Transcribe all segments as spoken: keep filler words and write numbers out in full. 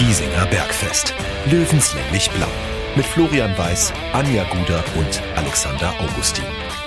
Giesinger Bergfest. Löwenslänglich blau. Mit Florian Weiß, Anja Guder und Alexander Augustin.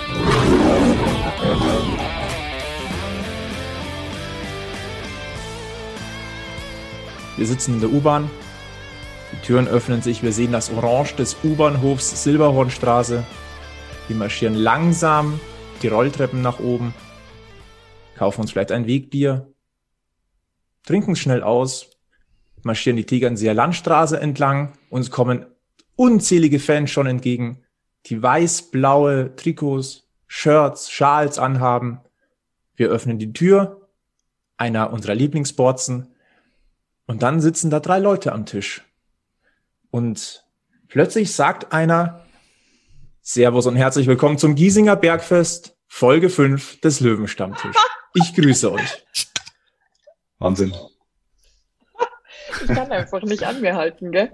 Wir sitzen in der U-Bahn. Die Türen öffnen sich. Wir sehen das Orange des U-Bahnhofs Silberhornstraße. Wir marschieren langsam die Rolltreppen nach oben. Kaufen uns vielleicht ein Wegbier. Trinken es schnell aus. Marschieren die Tegernseer Landstraße entlang. Uns kommen unzählige Fans schon entgegen, die weiß-blaue Trikots, Shirts, Schals anhaben. Wir öffnen die Tür, einer unserer Lieblingsborzen, und dann sitzen da drei Leute am Tisch. Und plötzlich sagt einer: Servus und herzlich willkommen zum Giesinger Bergfest, Folge fünf des Löwenstammtisch. Ich grüße euch. Wahnsinn. Ich kann einfach nicht an mir halten, gell?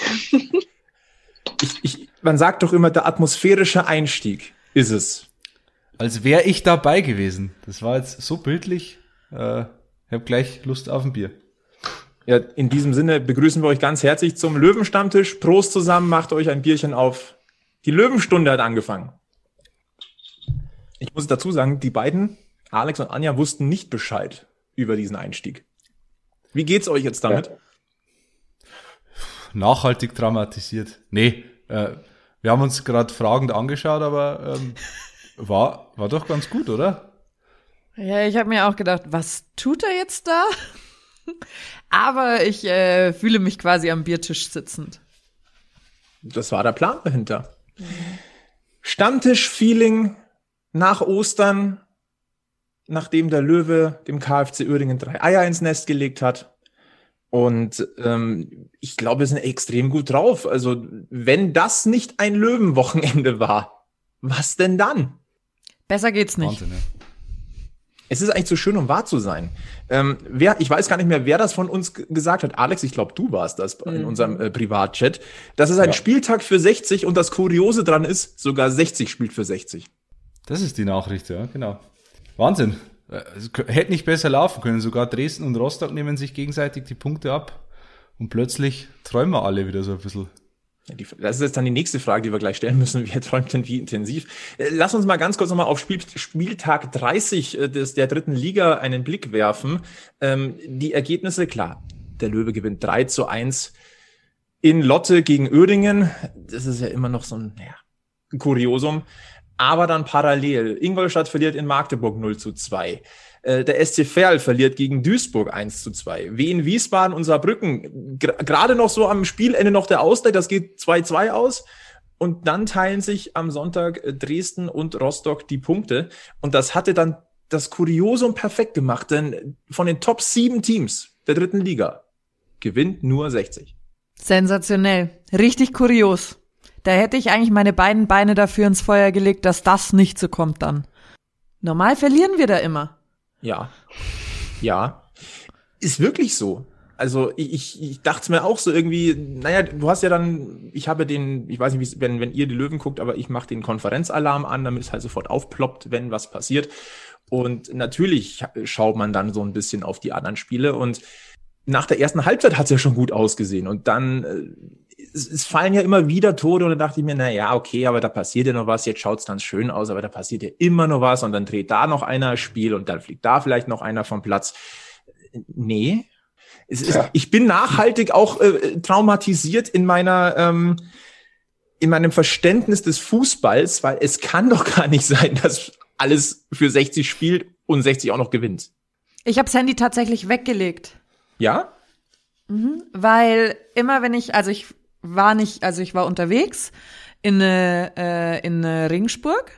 Ich, ich, man sagt doch immer, der atmosphärische Einstieg ist es. Als wäre ich dabei gewesen. Das war jetzt so bildlich. Äh, ich habe gleich Lust auf ein Bier. Ja, in diesem Sinne begrüßen wir euch ganz herzlich zum Löwenstammtisch. Prost zusammen, macht euch ein Bierchen auf. Die Löwenstunde hat angefangen. Ich muss dazu sagen, die beiden, Alex und Anja, wussten nicht Bescheid über diesen Einstieg. Wie geht's euch jetzt damit? Ja. Nachhaltig traumatisiert. Nee, äh, wir haben uns gerade fragend angeschaut, aber ähm, war, war doch ganz gut, oder? Ja, ich habe mir auch gedacht, was tut er jetzt da? Aber ich äh, fühle mich quasi am Biertisch sitzend. Das war der Plan dahinter. Mhm. Stammtisch-Feeling nach Ostern, nachdem der Löwe dem KfC Uerdingen drei Eier ins Nest gelegt hat. Und ähm, ich glaube, wir sind extrem gut drauf. Also wenn das nicht ein Löwenwochenende war, was denn dann? Besser geht's nicht. Wahnsinn, ja. Es ist eigentlich zu schön, um wahr zu sein. Ähm, wer, ich weiß gar nicht mehr, wer das von uns g- gesagt hat. Alex, ich glaube, du warst das in mhm. unserem äh, Privatchat. Das ist ein ja. Spieltag für sechzig und das Kuriose dran ist, sogar sechzig spielt für sechzig. Das ist die Nachricht, ja, genau. Wahnsinn. Es hätte nicht besser laufen können. Sogar Dresden und Rostock nehmen sich gegenseitig die Punkte ab. Und plötzlich träumen wir alle wieder so ein bisschen. Ja, die, das ist jetzt dann die nächste Frage, die wir gleich stellen müssen. Wer träumt denn wie intensiv? Lass uns mal ganz kurz nochmal auf Spiel, Spieltag dreißig des, der dritten Liga einen Blick werfen. Ähm, die Ergebnisse, klar. Der Löwe gewinnt drei zu eins in Lotte gegen Uerdingen. Das ist ja immer noch so ein, naja, ein Kuriosum. Aber dann parallel. Ingolstadt verliert in Magdeburg null zu zwei. Äh, der S C Verl verliert gegen Duisburg eins zu zwei. Wien Wiesbaden und Saarbrücken. Gr- Gerade noch so am Spielende noch der Ausgleich. Das geht zwei zu zwei aus. Und dann teilen sich am Sonntag Dresden und Rostock die Punkte. Und das hatte dann das Kuriosum perfekt gemacht. Denn von den Top sieben Teams der dritten Liga gewinnt nur sechzig. Sensationell. Richtig kurios. Da hätte ich eigentlich meine beiden Beine dafür ins Feuer gelegt, dass das nicht so kommt dann. Normal verlieren wir da immer. Ja, ja, ist wirklich so. Also ich, ich, ich dachte mir auch so irgendwie, naja, du hast ja dann, ich habe den, ich weiß nicht, wie wenn, wenn ihr die Löwen guckt, aber ich mache den Konferenzalarm an, damit es halt sofort aufploppt, wenn was passiert. Und natürlich schaut man dann so ein bisschen auf die anderen Spiele und nach der ersten Halbzeit hat es ja schon gut ausgesehen und dann äh, es, es fallen ja immer wieder Tore und dann dachte ich mir, na ja, okay, aber da passiert ja noch was, jetzt schaut's ganz schön aus, aber da passiert ja immer noch was und dann dreht da noch einer das Spiel und dann fliegt da vielleicht noch einer vom Platz. Nee, es ist, ja. Ich bin nachhaltig auch äh, traumatisiert in meiner ähm, in meinem Verständnis des Fußballs, weil es kann doch gar nicht sein, dass alles für sechzig spielt und sechzig auch noch gewinnt. Ich habe das Handy tatsächlich weggelegt. Ja? Mhm, weil immer wenn ich, also ich war nicht, also ich war unterwegs in äh, in Regensburg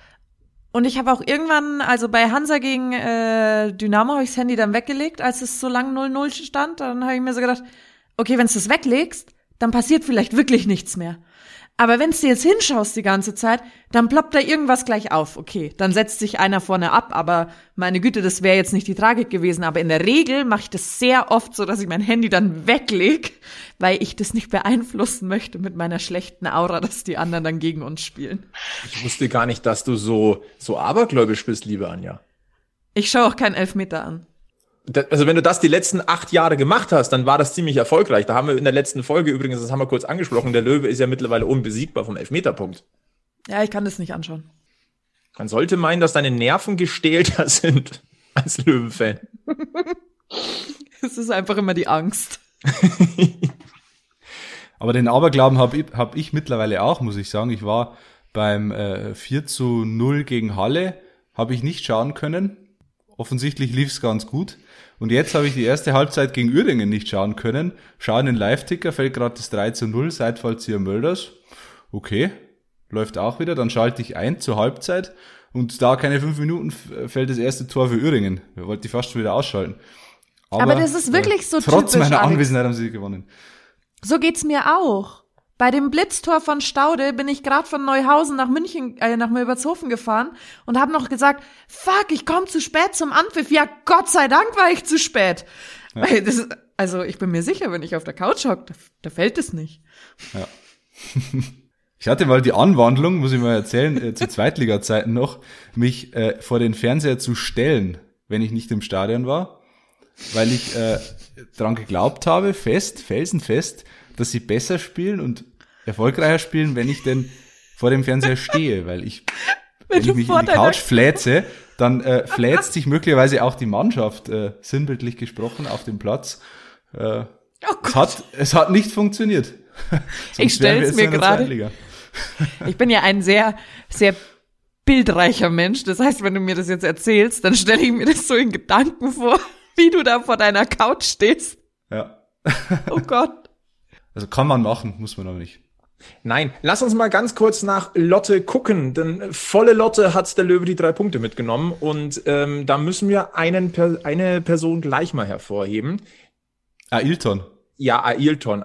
und ich habe auch irgendwann, also bei Hansa gegen äh, Dynamo habe ich das Handy dann weggelegt, als es so lang null null stand. Dann habe ich mir so gedacht, okay, wenn du das weglegst, dann passiert vielleicht wirklich nichts mehr. Aber wenn du jetzt hinschaust die ganze Zeit, dann ploppt da irgendwas gleich auf. Okay, dann setzt sich einer vorne ab, aber meine Güte, das wäre jetzt nicht die Tragik gewesen. Aber in der Regel mache ich das sehr oft so, dass ich mein Handy dann weglege, weil ich das nicht beeinflussen möchte mit meiner schlechten Aura, dass die anderen dann gegen uns spielen. Ich wusste gar nicht, dass du so so abergläubisch bist, liebe Anja. Ich schaue auch keinen Elfmeter an. da, also wenn du das die letzten acht Jahre gemacht hast, dann war das ziemlich erfolgreich. Da haben wir in der letzten Folge übrigens, das haben wir kurz angesprochen, der Löwe ist ja mittlerweile unbesiegbar vom Elfmeterpunkt. Ja, ich kann das nicht anschauen. Man sollte meinen, dass deine Nerven gestählter sind als Löwenfan. Es ist einfach immer die Angst. Aber den Aberglauben habe ich, hab ich mittlerweile auch, muss ich sagen. Ich war beim äh, vier zu null gegen Halle, habe ich nicht schauen können. Offensichtlich lief es ganz gut. Und jetzt habe ich die erste Halbzeit gegen Uerdingen nicht schauen können. Schaue in den Live-Ticker, fällt gerade das drei zu null, Seitfallzieher Mölders. Okay, läuft auch wieder. Dann schalte ich ein zur Halbzeit und da keine fünf Minuten fällt das erste Tor für Uerdingen. Wir wollten die fast schon wieder ausschalten. Aber, Aber das ist wirklich äh, so trotz typisch, meiner Alex. Anwesenheit haben sie gewonnen. So geht's mir auch. Bei dem Blitztor von Staude bin ich gerade von Neuhausen nach München, äh, nach Milbertshofen gefahren und habe noch gesagt, fuck, ich komme zu spät zum Anpfiff. Ja, Gott sei Dank war ich zu spät. Ja. Weil das, also ich bin mir sicher, wenn ich auf der Couch hocke, da, da fällt es nicht. Ja. Ich hatte mal die Anwandlung, muss ich mal erzählen, äh, zu Zweitliga-Zeiten noch, mich äh, vor den Fernseher zu stellen, wenn ich nicht im Stadion war, weil ich äh, dran geglaubt habe, fest, felsenfest, dass sie besser spielen und erfolgreicher spielen, wenn ich denn vor dem Fernseher stehe, weil ich, wenn, wenn ich mich in die Couch fläze, dann äh, fläzt sich möglicherweise auch die Mannschaft, äh, sinnbildlich gesprochen, auf dem Platz. Äh, Oh es, hat, es hat nicht funktioniert. Ich stell's mir gerade. Ich bin ja ein sehr, sehr bildreicher Mensch. Das heißt, wenn du mir das jetzt erzählst, dann stelle ich mir das so in Gedanken vor, wie du da vor deiner Couch stehst. Ja. Oh Gott. Also kann man machen, muss man aber nicht. Nein, lass uns mal ganz kurz nach Lotte gucken, denn volle Lotte hat der Löwe die drei Punkte mitgenommen und ähm, da müssen wir einen eine Person gleich mal hervorheben. Ailton. Ja, Ailton.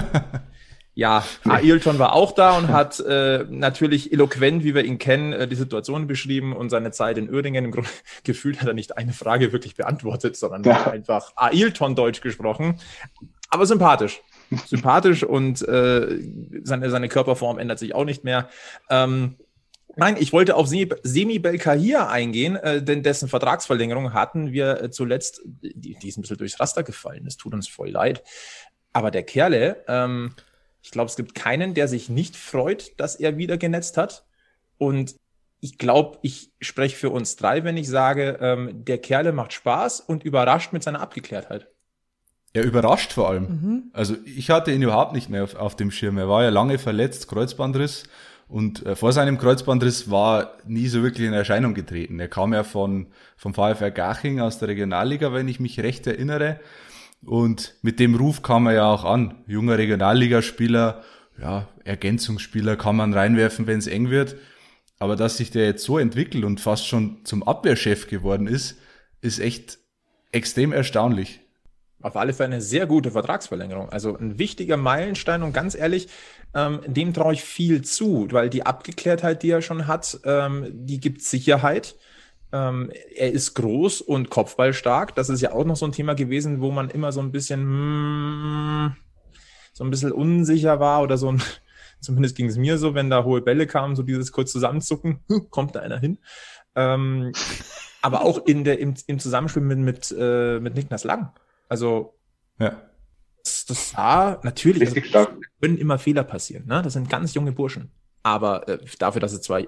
Ja, Ailton war auch da und hat äh, natürlich eloquent, wie wir ihn kennen, äh, die Situation beschrieben und seine Zeit in Uerdingen. Im Grunde gefühlt hat er nicht eine Frage wirklich beantwortet, sondern ja. einfach Ailton Deutsch gesprochen. Aber sympathisch. Sympathisch und äh, seine, seine Körperform ändert sich auch nicht mehr. Ähm, nein, ich wollte auf Semi Belkahir eingehen, äh, denn dessen Vertragsverlängerung hatten wir äh, zuletzt, die, die ist ein bisschen durchs Raster gefallen, es tut uns voll leid. Aber der Kerle, ähm, ich glaube, es gibt keinen, der sich nicht freut, dass er wieder genetzt hat. Und ich glaube, ich spreche für uns drei, wenn ich sage, ähm, der Kerle macht Spaß und überrascht mit seiner Abgeklärtheit. Er überrascht vor allem. Mhm. Also ich hatte ihn überhaupt nicht mehr auf, auf dem Schirm. Er war ja lange verletzt, Kreuzbandriss. Und äh, vor seinem Kreuzbandriss war nie so wirklich in Erscheinung getreten. Er kam ja von vom VfR Garching aus der Regionalliga, wenn ich mich recht erinnere. Und mit dem Ruf kam er ja auch an. Junger Regionalligaspieler, ja, Ergänzungsspieler kann man reinwerfen, wenn es eng wird. Aber dass sich der jetzt so entwickelt und fast schon zum Abwehrchef geworden ist, ist echt extrem erstaunlich. Auf alle Fälle eine sehr gute Vertragsverlängerung. Also ein wichtiger Meilenstein und ganz ehrlich, ähm, dem traue ich viel zu, weil die Abgeklärtheit, die er schon hat, ähm, die gibt Sicherheit. Ähm, er ist groß und kopfballstark. Das ist ja auch noch so ein Thema gewesen, wo man immer so ein bisschen hmm, so ein bisschen unsicher war oder so ein, zumindest ging es mir so, wenn da hohe Bälle kamen, so dieses kurz zusammenzucken, kommt da einer hin. Ähm, aber auch in der im, im Zusammenspiel mit mit, äh, mit Niklas Lang. Also ja. das, das war natürlich, richtig stark. Also, können immer Fehler passieren. Ne? Das sind ganz junge Burschen. Aber äh, dafür, dass es zwei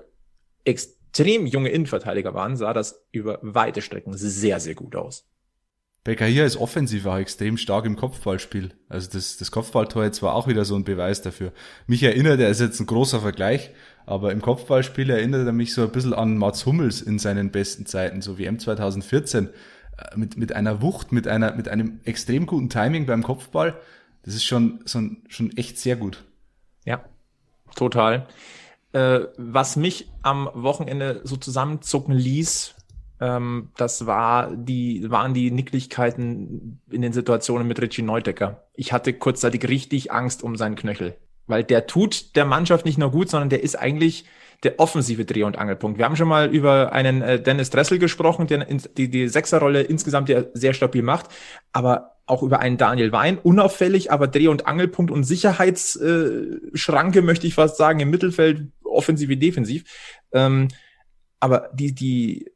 extrem junge Innenverteidiger waren, sah das über weite Strecken sehr, sehr gut aus. Belkahir ist offensiv auch extrem stark im Kopfballspiel. Also das, das Kopfballtor jetzt war auch wieder so ein Beweis dafür. Mich erinnert, er ist jetzt ein großer Vergleich, aber im Kopfballspiel erinnert er mich so ein bisschen an Mats Hummels in seinen besten Zeiten, so wie M zwanzig vierzehn. Mit, mit einer Wucht, mit einer, mit einem extrem guten Timing beim Kopfball. Das ist schon, so, schon echt sehr gut. Ja, total. Äh, was mich am Wochenende so zusammenzucken ließ, ähm, das war die, waren die Nicklichkeiten in den Situationen mit Richie Neudecker. Ich hatte kurzzeitig richtig Angst um seinen Knöchel, weil der tut der Mannschaft nicht nur gut, sondern der ist eigentlich der offensive Dreh- und Angelpunkt. Wir haben schon mal über einen äh, Dennis Dressel gesprochen, der in, die, die Sechserrolle insgesamt ja sehr stabil macht, aber auch über einen Daniel Wein, unauffällig, aber Dreh- und Angelpunkt und Sicherheitsschranke, äh, möchte ich fast sagen, im Mittelfeld, offensiv wie defensiv. Ähm, aber die, die,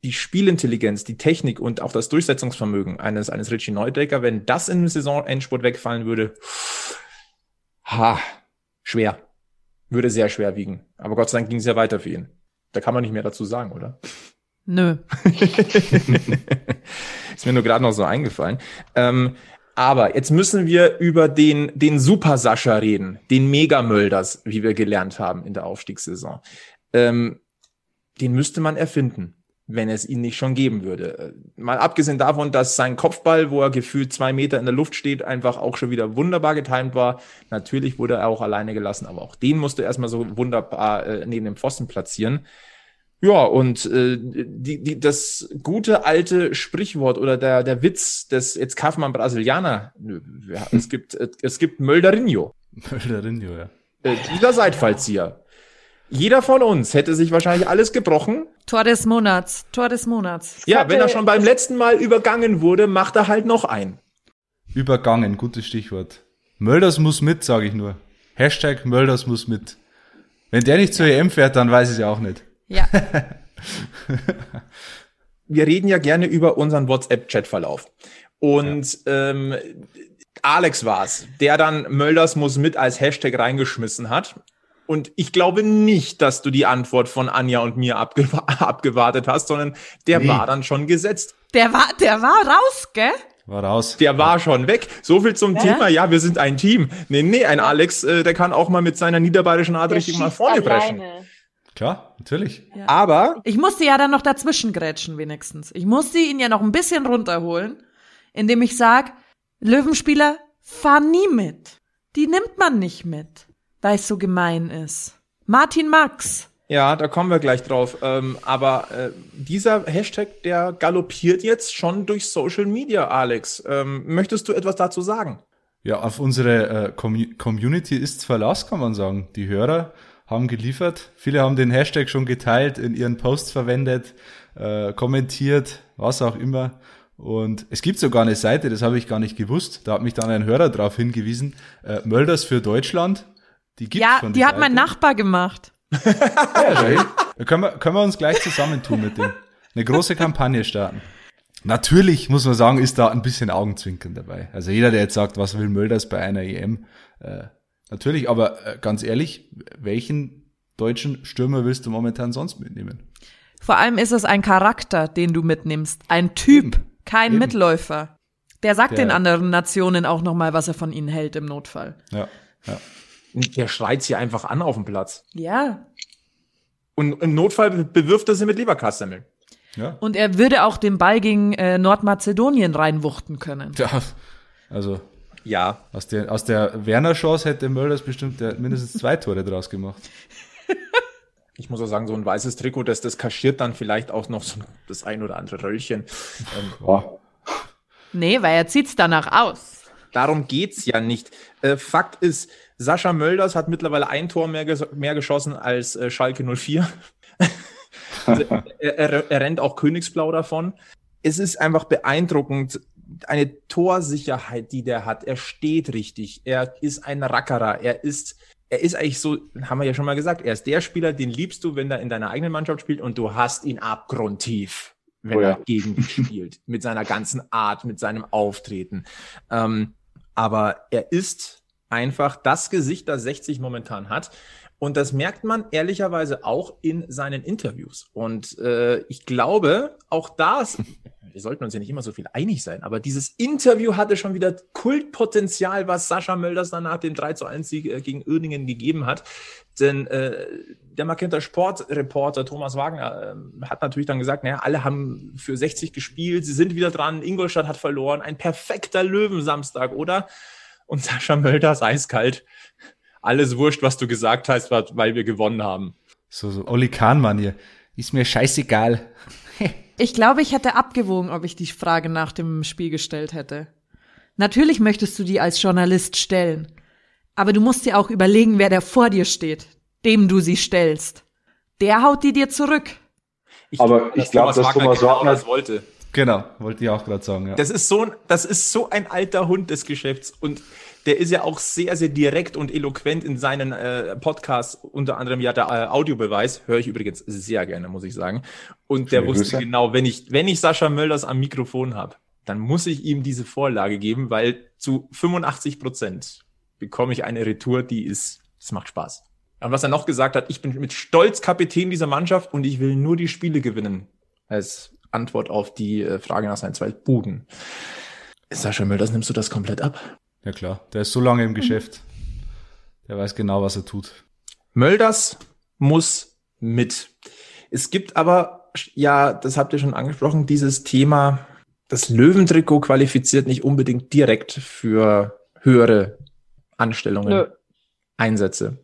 die Spielintelligenz, die Technik und auch das Durchsetzungsvermögen eines, eines Richie Neudecker, wenn das in einem Saisonendspurt wegfallen würde, ha, schwer. Würde sehr schwer wiegen. Aber Gott sei Dank ging es ja weiter für ihn. Da kann man nicht mehr dazu sagen, oder? Nö. Ist mir nur gerade noch so eingefallen. Ähm, aber jetzt müssen wir über den, den Super Sascha reden. Den Mega-Mölders, wie wir gelernt haben in der Aufstiegssaison. Ähm, den müsste man erfinden, wenn es ihn nicht schon geben würde. Mal abgesehen davon, dass sein Kopfball, wo er gefühlt zwei Meter in der Luft steht, einfach auch schon wieder wunderbar getimt war. Natürlich wurde er auch alleine gelassen, aber auch den musste er erstmal so wunderbar äh, neben dem Pfosten platzieren. Ja, und äh, die, die, das gute alte Sprichwort oder der, der Witz des, jetzt kauft man Brasilianer, ja, es gibt, es gibt Mölderinho. Mölderinho, ja. Äh, dieser Seitfallzieher. Jeder von uns hätte sich wahrscheinlich alles gebrochen. Tor des Monats, Tor des Monats. Ja, wenn er schon beim letzten Mal übergangen wurde, macht er halt noch ein. Übergangen, gutes Stichwort. Mölders muss mit, sage ich nur. Hashtag Mölders muss mit. Wenn der nicht zur E M fährt, dann weiß ich es ja auch nicht. Ja. Wir reden ja gerne über unseren WhatsApp-Chat-Verlauf. Und ja. ähm, Alex war's, der dann Mölders muss mit als Hashtag reingeschmissen hat. Und ich glaube nicht, dass du die Antwort von Anja und mir abgew- abgewartet hast, sondern der nee. war dann schon gesetzt. Der war, der war raus, gell? War raus. Der war schon weg. So viel zum ja? Thema, ja, wir sind ein Team. Nee, nee, ein Alex, äh, der kann auch mal mit seiner niederbayerischen Art der richtig mal vorne brechen. Klar, natürlich. Ja. Aber ich musste ja dann noch dazwischen grätschen wenigstens. Ich musste ihn ja noch ein bisschen runterholen, indem ich sag, Löwenspieler, fahr nie mit. Die nimmt man nicht mit, weil es so gemein ist. Martin Max. Ja, da kommen wir gleich drauf. Ähm, aber äh, dieser Hashtag, der galoppiert jetzt schon durch Social Media, Alex. Ähm, möchtest du etwas dazu sagen? Ja, auf unsere äh, Com- Community ist Verlass, kann man sagen. Die Hörer haben geliefert. Viele haben den Hashtag schon geteilt, in ihren Posts verwendet, äh, kommentiert, was auch immer. Und es gibt sogar eine Seite, das habe ich gar nicht gewusst. Da hat mich dann ein Hörer darauf hingewiesen. Äh, Mölders für Deutschland. Die gibt's ja, schon. Die, die hat Seite. Mein Nachbar gemacht. Ja, da können wir, können wir uns gleich zusammentun mit dem. Eine große Kampagne starten. Natürlich, muss man sagen, ist da ein bisschen Augenzwinkern dabei. Also jeder, der jetzt sagt, was will Mölders bei einer E M, äh, natürlich, aber äh, ganz ehrlich, welchen deutschen Stürmer willst du momentan sonst mitnehmen? Vor allem ist es ein Charakter, den du mitnimmst. Ein Typ, Eben. kein Eben. Mitläufer. Der sagt der, den anderen Nationen auch nochmal, was er von ihnen hält im Notfall. Ja, ja. Der schreit sie einfach an auf dem Platz. Ja. Und im Notfall bewirft er sie mit Leberkassemmeln. Ja. Und er würde auch den Ball gegen äh, Nordmazedonien reinwuchten können. Ja, also ja. Aus der, aus der Werner-Chance hätte Mölders bestimmt der, mindestens zwei Tore draus gemacht. Ich muss auch sagen, so ein weißes Trikot, das, das kaschiert dann vielleicht auch noch so das ein oder andere Röllchen. Ähm, oh. Nee, weil er zieht's danach aus. Darum geht's ja nicht. Äh, Fakt ist, Sascha Mölders hat mittlerweile ein Tor mehr, ges- mehr geschossen als äh, Schalke null vier. Also, er, er, er rennt auch Königsblau davon. Es ist einfach beeindruckend, eine Torsicherheit, die der hat. Er steht richtig. Er ist ein Rackerer. Er ist, er ist eigentlich so, haben wir ja schon mal gesagt, er ist der Spieler, den liebst du, wenn er in deiner eigenen Mannschaft spielt und du hast ihn abgrundtief, wenn oh ja. er gegen dich spielt. Mit seiner ganzen Art, mit seinem Auftreten. Ähm, aber er ist einfach das Gesicht, das sechzig momentan hat. Und das merkt man ehrlicherweise auch in seinen Interviews. Und äh, ich glaube, auch das, wir sollten uns ja nicht immer so viel einig sein, aber dieses Interview hatte schon wieder Kultpotenzial, was Sascha Mölders dann nach dem drei zu eins Sieg äh, gegen Uerdingen gegeben hat. Denn äh, der Magenta Sportreporter Thomas Wagner äh, hat natürlich dann gesagt, naja, alle haben für sechzig gespielt, sie sind wieder dran, Ingolstadt hat verloren, ein perfekter Löwensamstag, oder? Und Sascha Mölders eiskalt. Alles wurscht, was du gesagt hast, weil wir gewonnen haben. So, so Oli Kahn-Manier. Ist mir scheißegal. Ich glaube, ich hätte abgewogen, ob ich die Frage nach dem Spiel gestellt hätte. Natürlich möchtest du die als Journalist stellen. Aber du musst dir auch überlegen, wer da vor dir steht, dem du sie stellst. Der haut die dir zurück. Ich aber glaub, ich glaube, dass Thomas genau Wagner das wollte. Genau, wollte ich auch gerade sagen. Ja. Das ist so, das ist so ein alter Hund des Geschäfts. Und der ist ja auch sehr, sehr direkt und eloquent in seinen äh, Podcasts, unter anderem ja der äh, Audiobeweis, höre ich übrigens sehr gerne, muss ich sagen. Und der Schöne wusste Grüße. genau, wenn ich, wenn ich Sascha Mölders am Mikrofon habe, dann muss ich ihm diese Vorlage geben, weil zu fünfundachtzig Prozent bekomme ich eine Retour, die ist, das macht Spaß. Und was er noch gesagt hat, ich bin mit Stolz Kapitän dieser Mannschaft und ich will nur die Spiele gewinnen. Als Antwort auf die äh, Frage nach seinen zwei Buden. Sascha Mölders, nimmst du das komplett ab? Ja klar, der ist so lange im Geschäft. Der weiß genau, was er tut. Mölders muss mit. Es gibt aber, ja, das habt ihr schon angesprochen, dieses Thema, das Löwentrikot qualifiziert nicht unbedingt direkt für höhere Anstellungen, Nö. Einsätze.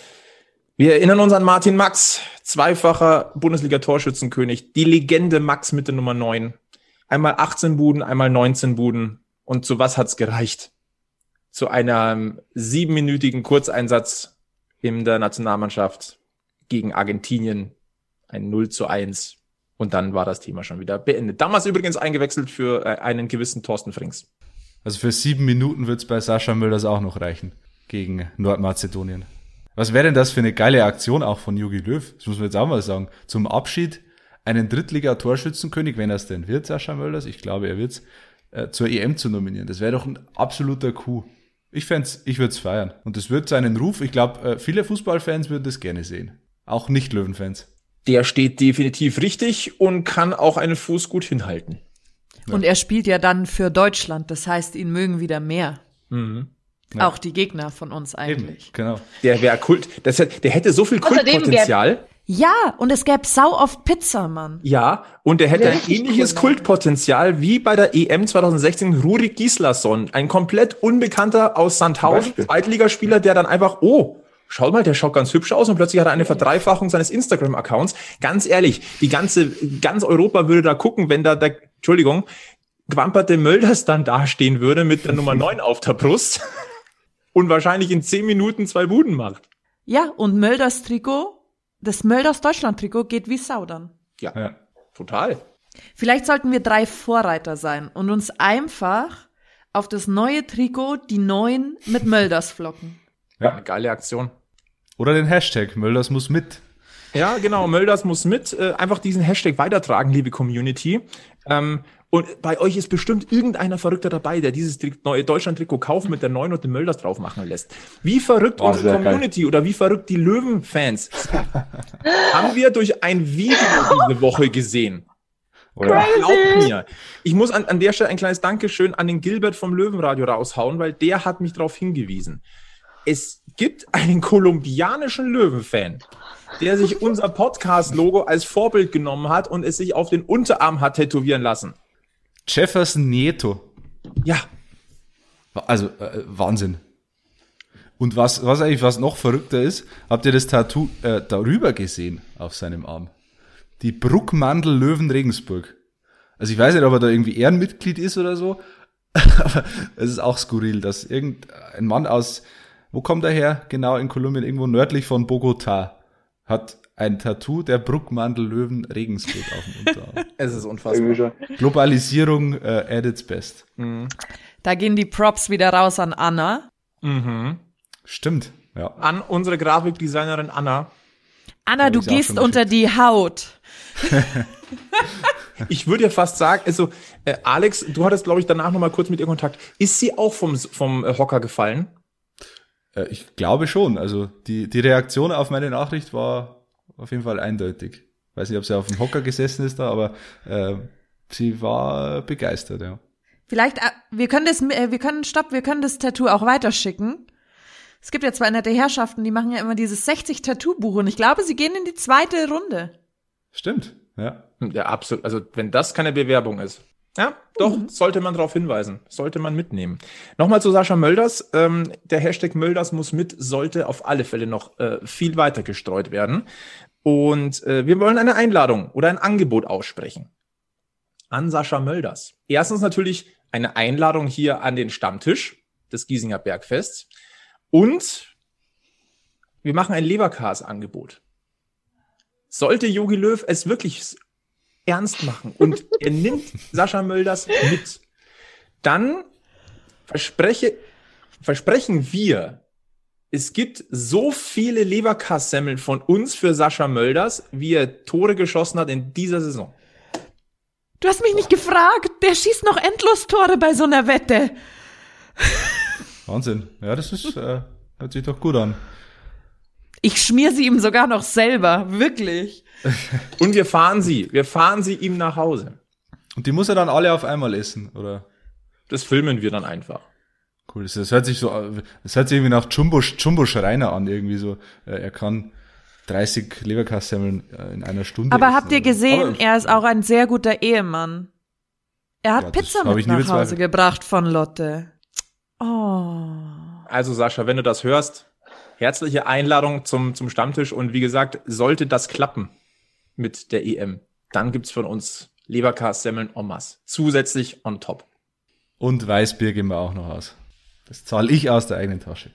Wir erinnern uns an Martin Max, zweifacher Bundesliga-Torschützenkönig, die Legende Max mit der Nummer neun. Einmal achtzehn Buden, einmal neunzehn Buden. Und zu was hat's gereicht? Zu einem siebenminütigen Kurzeinsatz in der Nationalmannschaft gegen Argentinien. Ein null zu eins. Und dann war das Thema schon wieder beendet. Damals übrigens eingewechselt für äh, einen gewissen Thorsten Frings. Also für sieben Minuten wird's bei Sascha Mölders auch noch reichen gegen Nordmazedonien. Was wäre denn das für eine geile Aktion auch von Jogi Löw? Das muss man jetzt auch mal sagen. Zum Abschied einen Drittliga-Torschützenkönig, wenn er es denn wird, Sascha Mölders, ich glaube, er wird's, äh, zur E M zu nominieren. Das wäre doch ein absoluter Coup. Ich fänd's, ich würde es feiern. Und das wird seinen Ruf, ich glaube, äh, viele Fußballfans würden das gerne sehen. Auch Nicht-Löwen-Fans. Der steht definitiv richtig und kann auch einen Fuß gut hinhalten. Und er spielt ja dann für Deutschland, das heißt, ihn mögen wieder mehr. Mhm. Ja. Auch die Gegner von uns eigentlich. Eben, genau. Der wäre Kult, das, hätte- der hätte so viel Außerdem Kultpotenzial. Ja, und es gäbe sau oft Pizza, Mann. Ja, und der hätte Wäre ein richtig ähnliches cool, ne? Kultpotenzial wie bei der E M zwanzig sechzehn Rurik Gislason. Ein komplett Unbekannter aus Sandhausen, Beispiel. Zweitligaspieler, der dann einfach, oh, schau mal, der schaut ganz hübsch aus und plötzlich hat er eine Verdreifachung seines Instagram-Accounts. Ganz ehrlich, die ganze, ganz Europa würde da gucken, wenn da der, Entschuldigung, Gwamperte Mölders dann dastehen würde mit der Nummer neun auf der Brust und wahrscheinlich in zehn Minuten zwei Buden macht. Ja, und Mölders Trikot, das Mölders Deutschland-Trikot geht wie Sau dann. Ja, Ja. total. Vielleicht sollten wir drei Vorreiter sein und uns einfach auf das neue Trikot die neuen mit Mölders flocken. Ja. Eine geile Aktion. Oder den Hashtag, Mölders muss mit. Ja, genau, Mölders muss mit. Äh, einfach diesen Hashtag weitertragen, liebe Community. Ähm, und bei euch ist bestimmt irgendeiner Verrückter dabei, der dieses Tri- neue Deutschland-Trikot kauft mit der neuen und dem Mölders drauf machen lässt. Wie verrückt Oh, unsere sehr geil. Community oder wie verrückt die Löwen-Fans haben wir durch ein Video diese Woche gesehen. Oder? Glaubt mir. Ich muss an, an der Stelle ein kleines Dankeschön an den Gilbert vom Löwenradio raushauen, weil der hat mich darauf hingewiesen. Es gibt einen kolumbianischen Löwenfan, der sich unser Podcast-Logo als Vorbild genommen hat und es sich auf den Unterarm hat tätowieren lassen. Jefferson Nieto. Ja, Also, äh, Wahnsinn. Und was, was eigentlich was noch verrückter ist, habt ihr das Tattoo äh, darüber gesehen auf seinem Arm? Die Bruckmandel Löwen Regensburg. Also ich weiß nicht, ob er da irgendwie Ehrenmitglied ist oder so, aber es ist auch skurril, dass irgendein Mann aus, wo kommt er her? Genau in Kolumbien, irgendwo nördlich von Bogotá, hat ein Tattoo der Bruckmandel Löwen Regensburg auf dem Unterarm. es ist unfassbar. Globalisierung äh, at its best. Da gehen die Props wieder raus an Anna. Mhm. Stimmt, ja. An unsere Grafikdesignerin Anna. Anna, Hab du ich's auch gehst schon unter die Haut. Ich würde ja fast sagen, also äh, Alex, du hattest, glaube ich, danach noch mal kurz mit ihr Kontakt. Ist sie auch vom, vom äh, Hocker gefallen? Äh, ich glaube schon. Also die, die Reaktion auf meine Nachricht war auf jeden Fall eindeutig. Weiß nicht, ob sie auf dem Hocker gesessen ist da, aber äh, sie war begeistert, ja. Vielleicht, äh, wir können das, äh, wir können, stopp, wir können das Tattoo auch weiterschicken. Es gibt ja zwei nette Herrschaften, die machen ja immer dieses sechzig Tattoo-Buch und ich glaube, sie gehen in die zweite Runde. Stimmt, ja. Ja, absolut. Also wenn das keine Bewerbung ist. Ja, doch, sollte man darauf hinweisen. Sollte man mitnehmen. Nochmal zu Sascha Mölders. Ähm, der Hashtag Mölders muss mit sollte auf alle Fälle noch äh, viel weiter gestreut werden. Und äh, wir wollen eine Einladung oder ein Angebot aussprechen an Sascha Mölders. Erstens natürlich eine Einladung hier an den Stammtisch des Giesinger Bergfests. Und wir machen ein Leberkas-Angebot. Sollte Jogi Löw es wirklich ernst machen und er nimmt Sascha Mölders mit, dann verspreche versprechen wir, es gibt so viele Leberkassemmeln von uns für Sascha Mölders, wie er Tore geschossen hat in dieser Saison. Du hast mich nicht gefragt. Der schießt noch endlos Tore bei so einer Wette. Wahnsinn. Ja, das ist, äh, hört sich doch gut an. Ich schmier sie ihm sogar noch selber. Wirklich. Und wir fahren sie. Wir fahren sie ihm nach Hause. Und die muss er dann alle auf einmal essen, oder? Das filmen wir dann einfach. Cool. Das, das hört sich so, das hört sich irgendwie nach Jumbo, Jumbo Schreiner an, irgendwie so. Er kann dreißig Leberkassemmeln in einer Stunde. Aber essen, habt ihr oder? gesehen, Aber, er ist auch ein sehr guter Ehemann. Er hat Ja, das Pizza hab mit ich nie nach Hause bezweifelt. gebracht von Lotte. Oh. Also Sascha, wenn du das hörst, herzliche Einladung zum, zum Stammtisch. Und wie gesagt, sollte das klappen mit der E M, dann gibt's von uns Leberkassemmeln en masse. Zusätzlich on top. Und Weißbier geben wir auch noch aus. Das zahle ich aus der eigenen Tasche.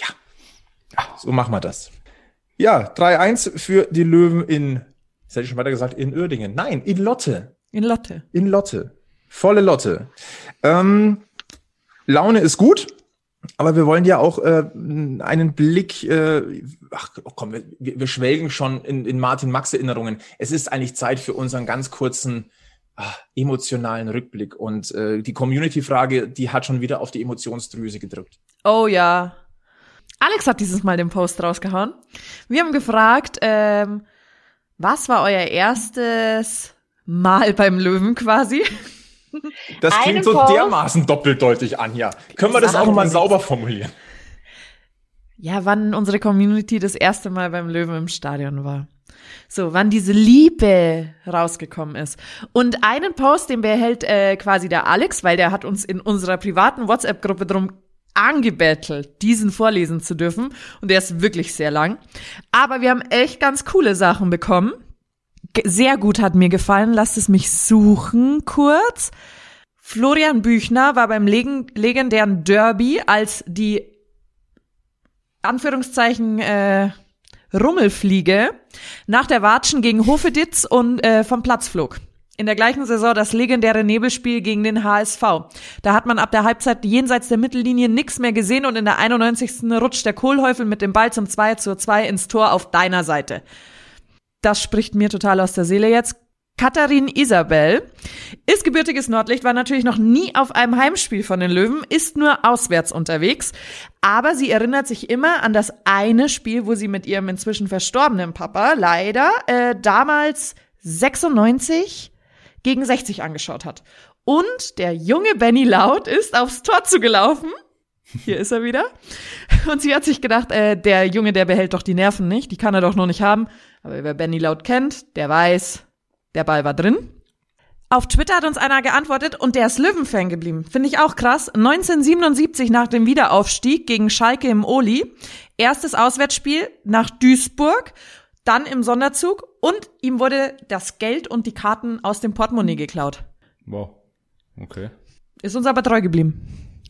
So machen wir das. Ja, drei eins für die Löwen in, das hätte ich schon weiter gesagt, in Uerdingen. Nein, in Lotte. In Lotte. In Lotte. Volle Lotte. Ähm, Laune ist gut, aber wir wollen ja auch äh, einen Blick, äh, ach komm, wir, wir schwelgen schon in, in Martin-Max-Erinnerungen. Es ist eigentlich Zeit für unseren ganz kurzen ach, emotionalen Rückblick. Und äh, die Community-Frage, die hat schon wieder auf die Emotionsdrüse gedrückt. Oh ja. Alex hat dieses Mal den Post rausgehauen. Wir haben gefragt, ähm, was war euer erstes Mal beim Löwen quasi? Das klingt Einen so Post. dermaßen doppeldeutig, Anja. Können wir das auch nochmal sauber formulieren? Ja, wann unsere Community das erste Mal beim Löwen im Stadion war. So, wann diese Liebe rausgekommen ist. Und einen Post, den behält äh, quasi der Alex, weil der hat uns in unserer privaten WhatsApp-Gruppe drum angebettelt, diesen vorlesen zu dürfen. Und der ist wirklich sehr lang. Aber wir haben echt ganz coole Sachen bekommen. Ge- Sehr gut hat mir gefallen. Lasst es mich suchen kurz. Florian Büchner war beim leg- legendären Derby, als die Anführungszeichen äh, Rummelfliege nach der Watschen gegen Hofeditz und äh, vom Platz flog. In der gleichen Saison das legendäre Nebelspiel gegen den H S V. Da hat man ab der Halbzeit jenseits der Mittellinie nichts mehr gesehen und in der einundneunzigsten rutscht der Kohlhäufel mit dem Ball zum zwei zu zwei ins Tor auf deiner Seite. Das spricht mir total aus der Seele jetzt. Katharin Isabel ist gebürtiges Nordlicht, war natürlich noch nie auf einem Heimspiel von den Löwen, ist nur auswärts unterwegs, aber sie erinnert sich immer an das eine Spiel, wo sie mit ihrem inzwischen verstorbenen Papa leider äh, damals sechsundneunzig gegen sechzig angeschaut hat. Und der junge Benny Laut ist aufs Tor zugelaufen. Hier ist er wieder. Und sie hat sich gedacht, äh, der Junge, der behält doch die Nerven nicht, die kann er doch noch nicht haben. Aber wer Benny Laut kennt, der weiß, der Ball war drin. Auf Twitter hat uns einer geantwortet und der ist Löwen-Fan geblieben. Finde ich auch krass. neunzehnhundertsiebenundsiebzig nach dem Wiederaufstieg gegen Schalke im Oli. Erstes Auswärtsspiel nach Duisburg. Dann im Sonderzug und ihm wurde das Geld und die Karten aus dem Portemonnaie geklaut. Wow. Okay. Ist uns aber treu geblieben.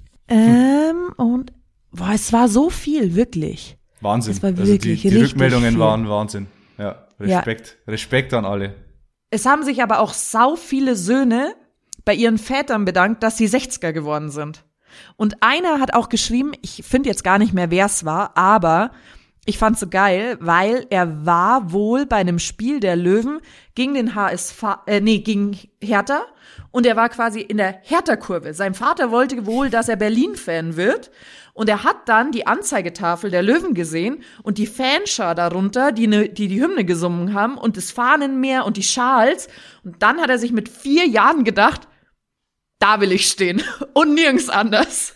Ähm, und boah, es war so viel, wirklich. Wahnsinn. Es war Also wirklich die, die richtig Rückmeldungen viel. waren Wahnsinn. Ja, Respekt. Respekt an alle. Es haben sich aber auch sau viele Söhne bei ihren Vätern bedankt, dass sie sechziger geworden sind. Und einer hat auch geschrieben, ich finde jetzt gar nicht mehr, wer es war, aber ich fand's so geil, weil er war wohl bei einem Spiel der Löwen gegen den H S V, äh, nee, gegen Hertha und er war quasi in der Hertha-Kurve. Sein Vater wollte wohl, dass er Berlin-Fan wird und er hat dann die Anzeigetafel der Löwen gesehen und die Fanschar darunter, die, ne, die die Hymne gesungen haben und das Fahnenmeer und die Schals und dann hat er sich mit vier Jahren gedacht, da will ich stehen und nirgends anders.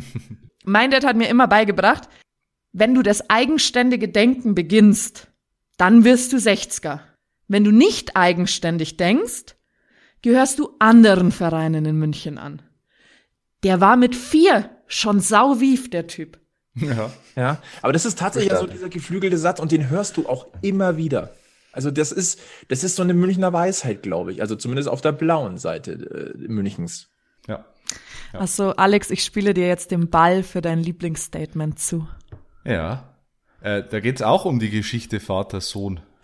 Mein Dad hat mir immer beigebracht, wenn du das eigenständige Denken beginnst, dann wirst du sechziger. Wenn du nicht eigenständig denkst, gehörst du anderen Vereinen in München an. Der war mit vier schon sauwief, der Typ. Ja. Ja, aber das ist tatsächlich ja so dieser geflügelte Satz und den hörst du auch immer wieder. Also das ist, das ist so eine Münchner Weisheit, glaube ich. Also zumindest auf der blauen Seite äh, Münchens. Ja. Ja. Ach so, Alex, ich spiele dir jetzt den Ball für dein Lieblingsstatement zu. Ja. Äh, da geht's auch um die Geschichte Vater-Sohn.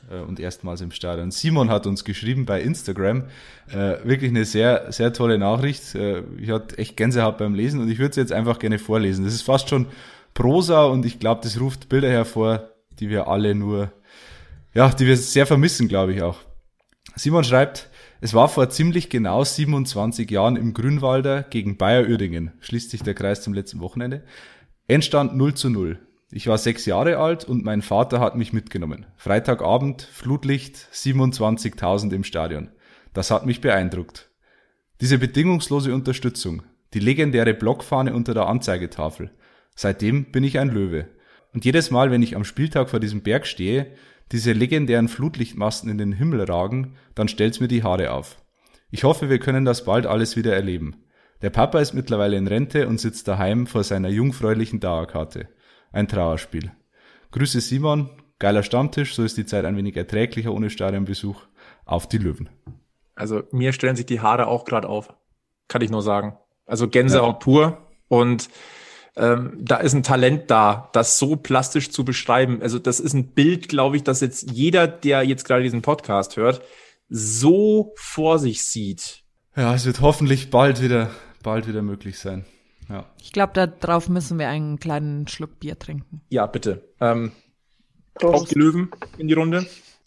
äh, und erstmals im Stadion. Simon hat uns geschrieben bei Instagram, äh, wirklich eine sehr, sehr tolle Nachricht. Äh, ich hatte echt Gänsehaut beim Lesen und ich würde es jetzt einfach gerne vorlesen. Das ist fast schon Prosa und ich glaube, das ruft Bilder hervor, die wir alle nur, ja, die wir sehr vermissen, glaube ich auch. Simon schreibt, es war vor ziemlich genau siebenundzwanzig Jahren im Grünwalder gegen Bayer Uerdingen. Schließt sich der Kreis zum letzten Wochenende. Endstand null zu null. Ich war sechs Jahre alt und mein Vater hat mich mitgenommen. Freitagabend, Flutlicht, siebenundzwanzigtausend im Stadion. Das hat mich beeindruckt. Diese bedingungslose Unterstützung, die legendäre Blockfahne unter der Anzeigetafel. Seitdem bin ich ein Löwe. Und jedes Mal, wenn ich am Spieltag vor diesem Berg stehe, diese legendären Flutlichtmasten in den Himmel ragen, dann stellt's mir die Haare auf. Ich hoffe, wir können das bald alles wieder erleben. Der Papa ist mittlerweile in Rente und sitzt daheim vor seiner jungfräulichen Dauerkarte. Ein Trauerspiel. Grüße Simon, geiler Stammtisch, so ist die Zeit ein wenig erträglicher ohne Stadionbesuch. Auf die Löwen. Also mir stellen sich die Haare auch gerade auf, kann ich nur sagen. Also Gänsehaut ja. pur und ähm, da ist ein Talent da, das so plastisch zu beschreiben. Also das ist ein Bild, glaube ich, dass jetzt jeder, der jetzt gerade diesen Podcast hört, so vor sich sieht. Ja, es wird hoffentlich bald wieder, bald wieder möglich sein. Ja. Ich glaube, darauf müssen wir einen kleinen Schluck Bier trinken. Ja, bitte. Ähm, auf die Löwen in die Runde.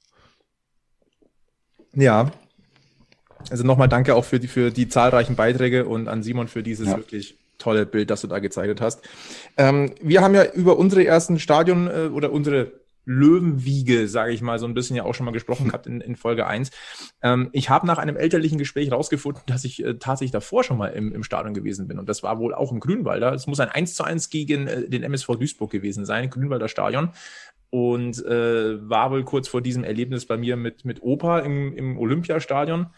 Ja. Also nochmal danke auch für die, für die zahlreichen Beiträge und an Simon für dieses ja. wirklich tolle Bild, das du da gezeichnet hast. Ähm, wir haben ja über unsere ersten Stadion äh, oder unsere Löwenwiege, sage ich mal, so ein bisschen ja auch schon mal gesprochen gehabt in, in Folge eins. Ähm, ich habe nach einem elterlichen Gespräch rausgefunden, dass ich äh, tatsächlich davor schon mal im, im Stadion gewesen bin. Und das war wohl auch im Grünwalder. Es muss ein eins zu eins gegen äh, den M S V Duisburg gewesen sein, Grünwalder Stadion. Und äh, war wohl kurz vor diesem Erlebnis bei mir mit, mit Opa im, im Olympiastadion.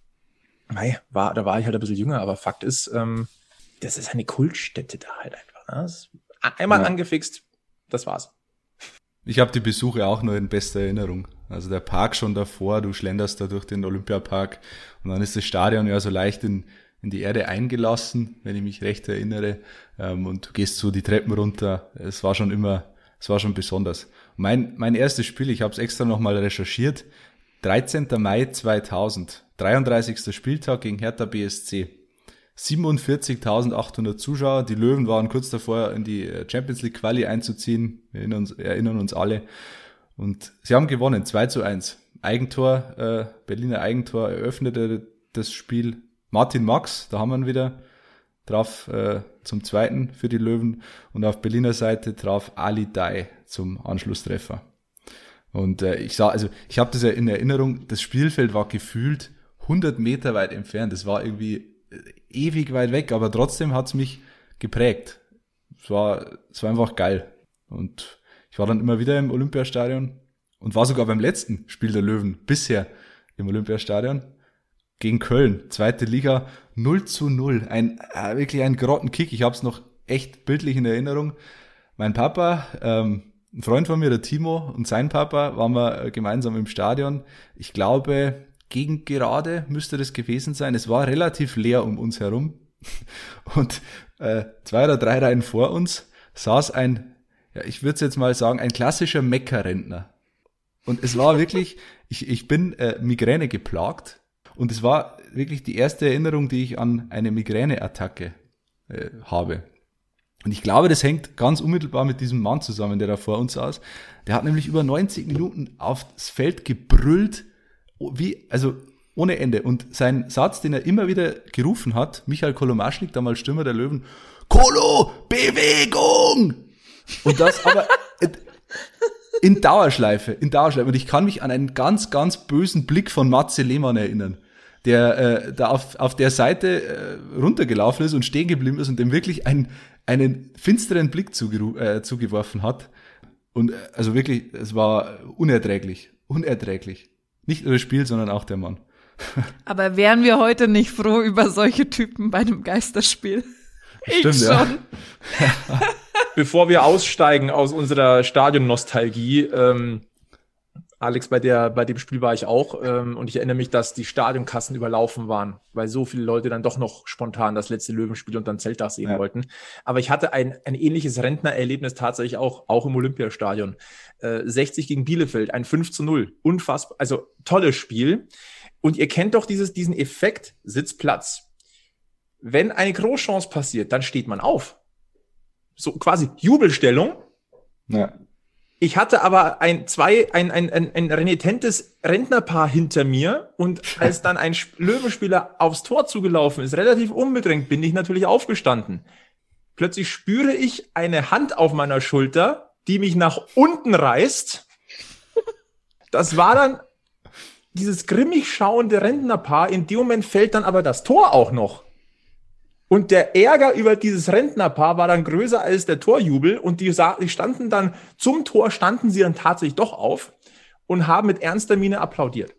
Mei, war, da war ich halt ein bisschen jünger, aber Fakt ist, ähm, das ist eine Kultstätte da halt einfach. Ne? Das einmal ja. angefixt, das war's. Ich habe die Besuche auch nur in bester Erinnerung. Also der Park schon davor, du schlenderst da durch den Olympiapark und dann ist das Stadion ja so leicht in, in die Erde eingelassen, wenn ich mich recht erinnere. Und du gehst so die Treppen runter. Es war schon immer, es war schon besonders. Mein, mein erstes Spiel, ich habe es extra nochmal recherchiert, dreizehnter Mai zweitausend, dreiunddreißigster Spieltag gegen Hertha B S C. siebenundvierzigtausendachthundert Zuschauer, die Löwen waren kurz davor, in die Champions League Quali einzuziehen, wir erinnern uns, erinnern uns alle. Und sie haben gewonnen, zwei zu eins. Eigentor, äh, Berliner Eigentor eröffnete das Spiel. Martin Max, da haben wir ihn wieder, traf äh, zum zweiten für die Löwen. Und auf Berliner Seite traf Ali Dai zum Anschlusstreffer. Und äh, ich sah, also ich habe das ja in Erinnerung, das Spielfeld war gefühlt hundert Meter weit entfernt. Das war irgendwie ewig weit weg, aber trotzdem hat's mich geprägt. Es war, es war einfach geil. Und ich war dann immer wieder im Olympiastadion und war sogar beim letzten Spiel der Löwen bisher im Olympiastadion gegen Köln, zweite Liga, null zu null. Ein, äh, wirklich ein Grottenkick. Ich habe es noch echt bildlich in Erinnerung. Mein Papa, ähm, ein Freund von mir, der Timo, und sein Papa waren wir gemeinsam im Stadion. Ich glaube, gegen gerade müsste das gewesen sein. Es war relativ leer um uns herum. Und äh, zwei oder drei Reihen vor uns saß ein, ja, ich würde jetzt mal sagen, ein klassischer Meckerrentner. Und es war wirklich, ich, ich bin äh, Migräne geplagt. Und es war wirklich die erste Erinnerung, die ich an eine Migräneattacke äh, habe. Und ich glaube, das hängt ganz unmittelbar mit diesem Mann zusammen, der da vor uns saß. Der hat nämlich über neunzig Minuten aufs Feld gebrüllt, wie, also ohne Ende. Und sein Satz, den er immer wieder gerufen hat, Michael Kolomaschnik, damals Stürmer der Löwen, Kolo, Bewegung! Und das aber in Dauerschleife, in Dauerschleife. Und ich kann mich an einen ganz, ganz bösen Blick von Matze Lehmann erinnern, der äh, da auf, auf der Seite äh, runtergelaufen ist und stehen geblieben ist und dem wirklich einen, einen finsteren Blick zugeru- äh, zugeworfen hat. Und äh, also wirklich, es war unerträglich, unerträglich. Nicht nur das Spiel, sondern auch der Mann. Aber wären wir heute nicht froh über solche Typen bei einem Geisterspiel? Stimmt, ich ja. schon. Bevor wir aussteigen aus unserer Stadion-Nostalgie, ähm, Alex, bei der, bei dem Spiel war ich auch ähm, und ich erinnere mich, dass die Stadionkassen überlaufen waren, weil so viele Leute dann doch noch spontan das letzte Löwenspiel unter dem Zeltdach sehen ja. wollten. Aber ich hatte ein, ein ähnliches Rentnererlebnis tatsächlich auch, auch im Olympiastadion. Äh, sechzig gegen Bielefeld, ein fünf zu null. Unfassbar, also tolles Spiel. Und ihr kennt doch dieses, diesen Effekt Sitzplatz. Wenn eine Großchance passiert, dann steht man auf. So quasi Jubelstellung. Ja. Ich hatte aber ein zwei ein ein ein, ein renitentes Rentnerpaar hinter mir und als dann ein Löwenspieler aufs Tor zugelaufen ist, relativ unbedrängt, bin ich natürlich aufgestanden. Plötzlich spüre ich eine Hand auf meiner Schulter, die mich nach unten reißt. Das war dann dieses grimmig schauende Rentnerpaar. In dem Moment fällt dann aber das Tor auch noch. Und der Ärger über dieses Rentnerpaar war dann größer als der Torjubel. Und die, die standen dann, zum Tor standen sie dann tatsächlich doch auf und haben mit ernster Miene applaudiert.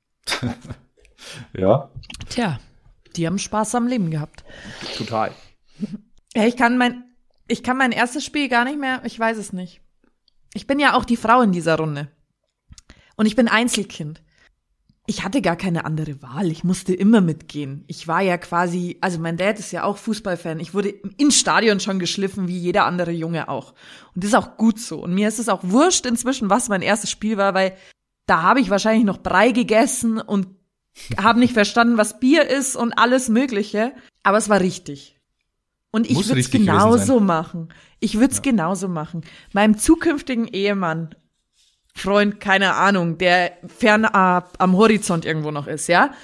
Ja. Tja, die haben Spaß am Leben gehabt. Total. Ja, ich kann mein, ich kann mein erstes Spiel gar nicht mehr, ich weiß es nicht. Ich bin ja auch die Frau in dieser Runde. Und ich bin Einzelkind. Ich hatte gar keine andere Wahl. Ich musste immer mitgehen. Ich war ja quasi, also mein Dad ist ja auch Fußballfan. Ich wurde ins Stadion schon geschliffen, wie jeder andere Junge auch. Und das ist auch gut so. Und mir ist es auch wurscht inzwischen, was mein erstes Spiel war, weil da habe ich wahrscheinlich noch Brei gegessen und habe nicht verstanden, was Bier ist und alles Mögliche. Aber es war richtig. Und ich würde es genauso machen. Ich würde es ja. genauso machen. Meinem zukünftigen Ehemann, Freund, keine Ahnung, der fern äh, am Horizont irgendwo noch ist, ja?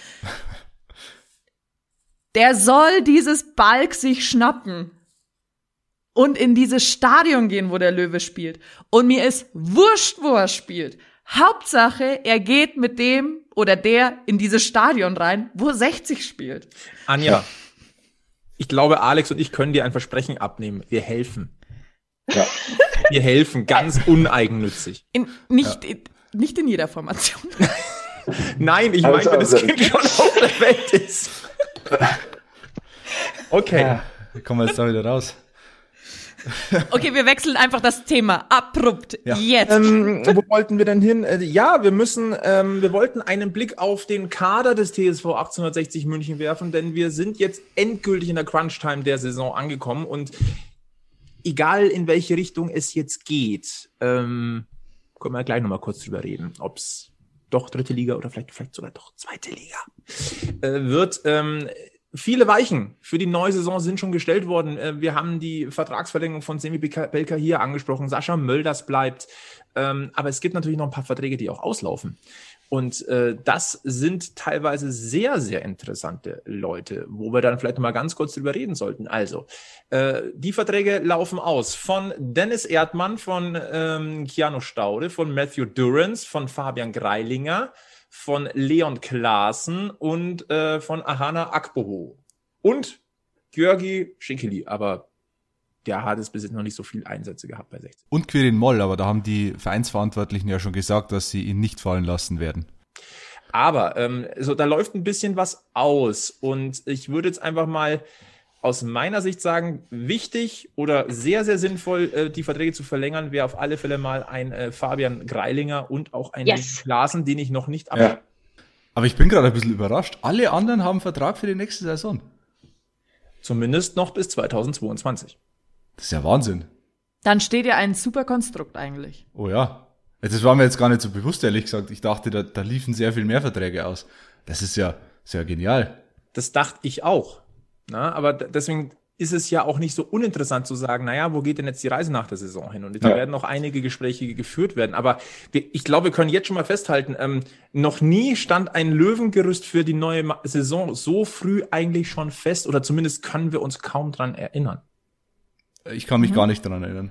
Der soll dieses Balk sich schnappen und in dieses Stadion gehen, wo der Löwe spielt. Und mir ist wurscht, wo er spielt. Hauptsache, er geht mit dem oder der in dieses Stadion rein, wo sechzig spielt. Anja, ja. Ich glaube, Alex und ich können dir ein Versprechen abnehmen. Wir helfen. Ja. Wir helfen, ganz uneigennützig. In, nicht, ja. in, nicht in jeder Formation. Nein, ich meine, wenn das Kind schon auf der Welt ist. Okay. Ja, wie kommen wir jetzt da wieder raus? Okay, wir wechseln einfach das Thema abrupt ja. jetzt. Ähm, wo wollten wir denn hin? Äh, ja, wir müssen, ähm, wir wollten einen Blick auf den Kader des T S V achtzehnhundertsechzig München werfen, denn wir sind jetzt endgültig in der Crunch-Time der Saison angekommen und egal in welche Richtung es jetzt geht, ähm, können wir gleich nochmal kurz drüber reden, ob es doch dritte Liga oder vielleicht, vielleicht sogar doch zweite Liga äh, wird. Ähm, viele Weichen für die neue Saison sind schon gestellt worden. Äh, wir haben die Vertragsverlängerung von Semi Belka hier angesprochen. Sascha Mölders bleibt. Ähm, aber es gibt natürlich noch ein paar Verträge, die auch auslaufen. Und äh, das sind teilweise sehr, sehr interessante Leute, wo wir dann vielleicht noch mal ganz kurz drüber reden sollten. Also, äh, die Verträge laufen aus von Dennis Erdmann, von ähm, Keanu Staude, von Matthew Durrance, von Fabian Greilinger, von Leon Klaassen und äh, von Ahana Akboho. Und Georgi Schickeli, aber der hat es bis jetzt noch nicht so viele Einsätze gehabt bei sechzehn. Und Quirin Moll, aber da haben die Vereinsverantwortlichen ja schon gesagt, dass sie ihn nicht fallen lassen werden. Aber ähm, so, da läuft ein bisschen was aus und ich würde jetzt einfach mal aus meiner Sicht sagen, wichtig oder sehr, sehr sinnvoll, äh, die Verträge zu verlängern, wäre auf alle Fälle mal ein äh, Fabian Greilinger und auch ein yes. Klaassen, den ich noch nicht ab. Ja. Aber ich bin gerade ein bisschen überrascht. Alle anderen haben einen Vertrag für die nächste Saison. Zumindest noch bis zweitausendzweiundzwanzig. Das ist ja Wahnsinn. Dann steht ja ein super Konstrukt eigentlich. Oh ja. Das war mir jetzt gar nicht so bewusst, ehrlich gesagt. Ich dachte, da, da liefen sehr viel mehr Verträge aus. Das ist ja sehr genial. Das dachte ich auch. Na, aber d- deswegen ist es ja auch nicht so uninteressant zu sagen, naja, wo geht denn jetzt die Reise nach der Saison hin? Und da ja. werden noch einige Gespräche geführt werden. Aber wir, ich glaube, wir können jetzt schon mal festhalten, ähm, noch nie stand ein Löwengerüst für die neue Ma- Saison so früh eigentlich schon fest. Oder zumindest können wir uns kaum dran erinnern. Ich kann mich mhm. gar nicht daran erinnern.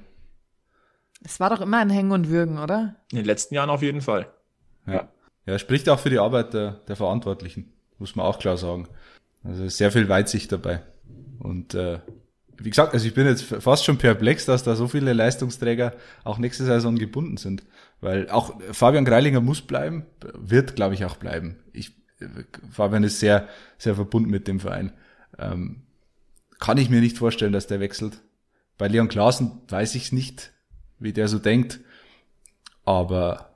Es war doch immer ein Hängen und Würgen, oder? In den letzten Jahren auf jeden Fall. Ja, ja, spricht auch für die Arbeit der, der Verantwortlichen, muss man auch klar sagen. Also sehr viel Weitsicht dabei. Und äh, wie gesagt, also ich bin jetzt fast schon perplex, dass da so viele Leistungsträger auch nächste Saison gebunden sind. Weil auch Fabian Greilinger muss bleiben, wird, glaube ich, auch bleiben. Ich, Fabian ist sehr, sehr verbunden mit dem Verein. Ähm, kann ich mir nicht vorstellen, dass der wechselt. Bei Leon Klaassen weiß ich es nicht, wie der so denkt. Aber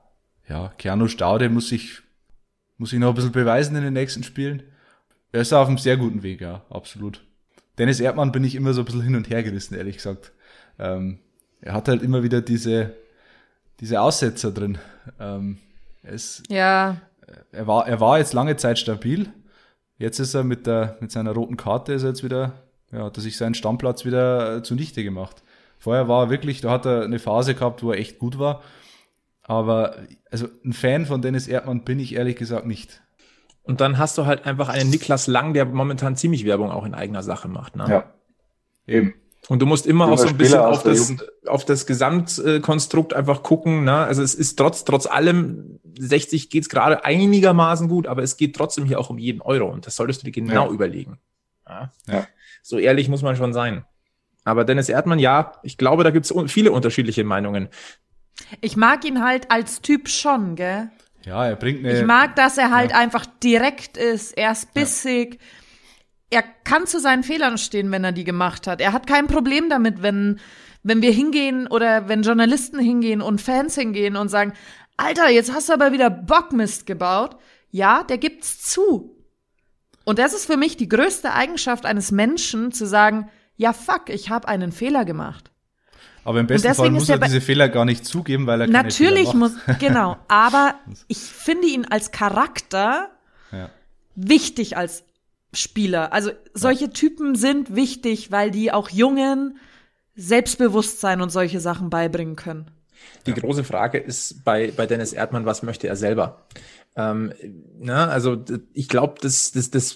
ja, Keanu Staude muss sich, muss sich noch ein bisschen beweisen in den nächsten Spielen. Er ist auf einem sehr guten Weg, ja, absolut. Dennis Erdmann bin ich immer so ein bisschen hin und her gerissen, ehrlich gesagt. Ähm, er hat halt immer wieder diese, diese Aussetzer drin. Ähm, er ist, Ja. er war, er war jetzt lange Zeit stabil. Jetzt ist er mit der, mit seiner roten Karte ist er jetzt wieder, ja, hat er sich seinen Stammplatz wieder zunichte gemacht. Vorher war er wirklich, da hat er eine Phase gehabt, wo er echt gut war. Aber, also, ein Fan von Dennis Erdmann bin ich ehrlich gesagt nicht. Und dann hast du halt einfach einen Niklas Lang, der momentan ziemlich Werbung auch in eigener Sache macht. Ne? Ja, eben. Und du musst immer Junger auch so ein Spieler bisschen aus auf der das, Jugend. auf das Gesamtkonstrukt einfach gucken. Ne? Also es ist trotz, trotz allem, sechzig geht's gerade einigermaßen gut, aber es geht trotzdem hier auch um jeden Euro. Und das solltest du dir genau Ja. überlegen. Ja? Ja. So ehrlich muss man schon sein. Aber Dennis Erdmann, ja, ich glaube, da gibt's un- viele unterschiedliche Meinungen. Ich mag ihn halt als Typ schon, gell? Ja, er bringt eine, Ich mag, dass er halt ja. einfach direkt ist, er ist bissig. Er kann zu seinen Fehlern stehen, wenn er die gemacht hat. Er hat kein Problem damit, wenn, wenn wir hingehen oder wenn Journalisten hingehen und Fans hingehen und sagen, Alter, jetzt hast du aber wieder Bockmist gebaut. Ja, der gibt's zu. Und das ist für mich die größte Eigenschaft eines Menschen, zu sagen, ja fuck, ich habe einen Fehler gemacht. aber im besten deswegen Fall muss ist er er bei- diese Fehler gar nicht zugeben, weil er keine Natürlich Fehler muss, macht. genau, aber ich finde ihn als Charakter Ja. wichtig als Spieler. Also solche Typen sind wichtig, weil die auch Jungen Selbstbewusstsein und solche Sachen beibringen können. Die große Frage ist bei, bei Dennis Erdmann, was möchte er selber? Ähm, na, also d- ich glaube, das, das, das,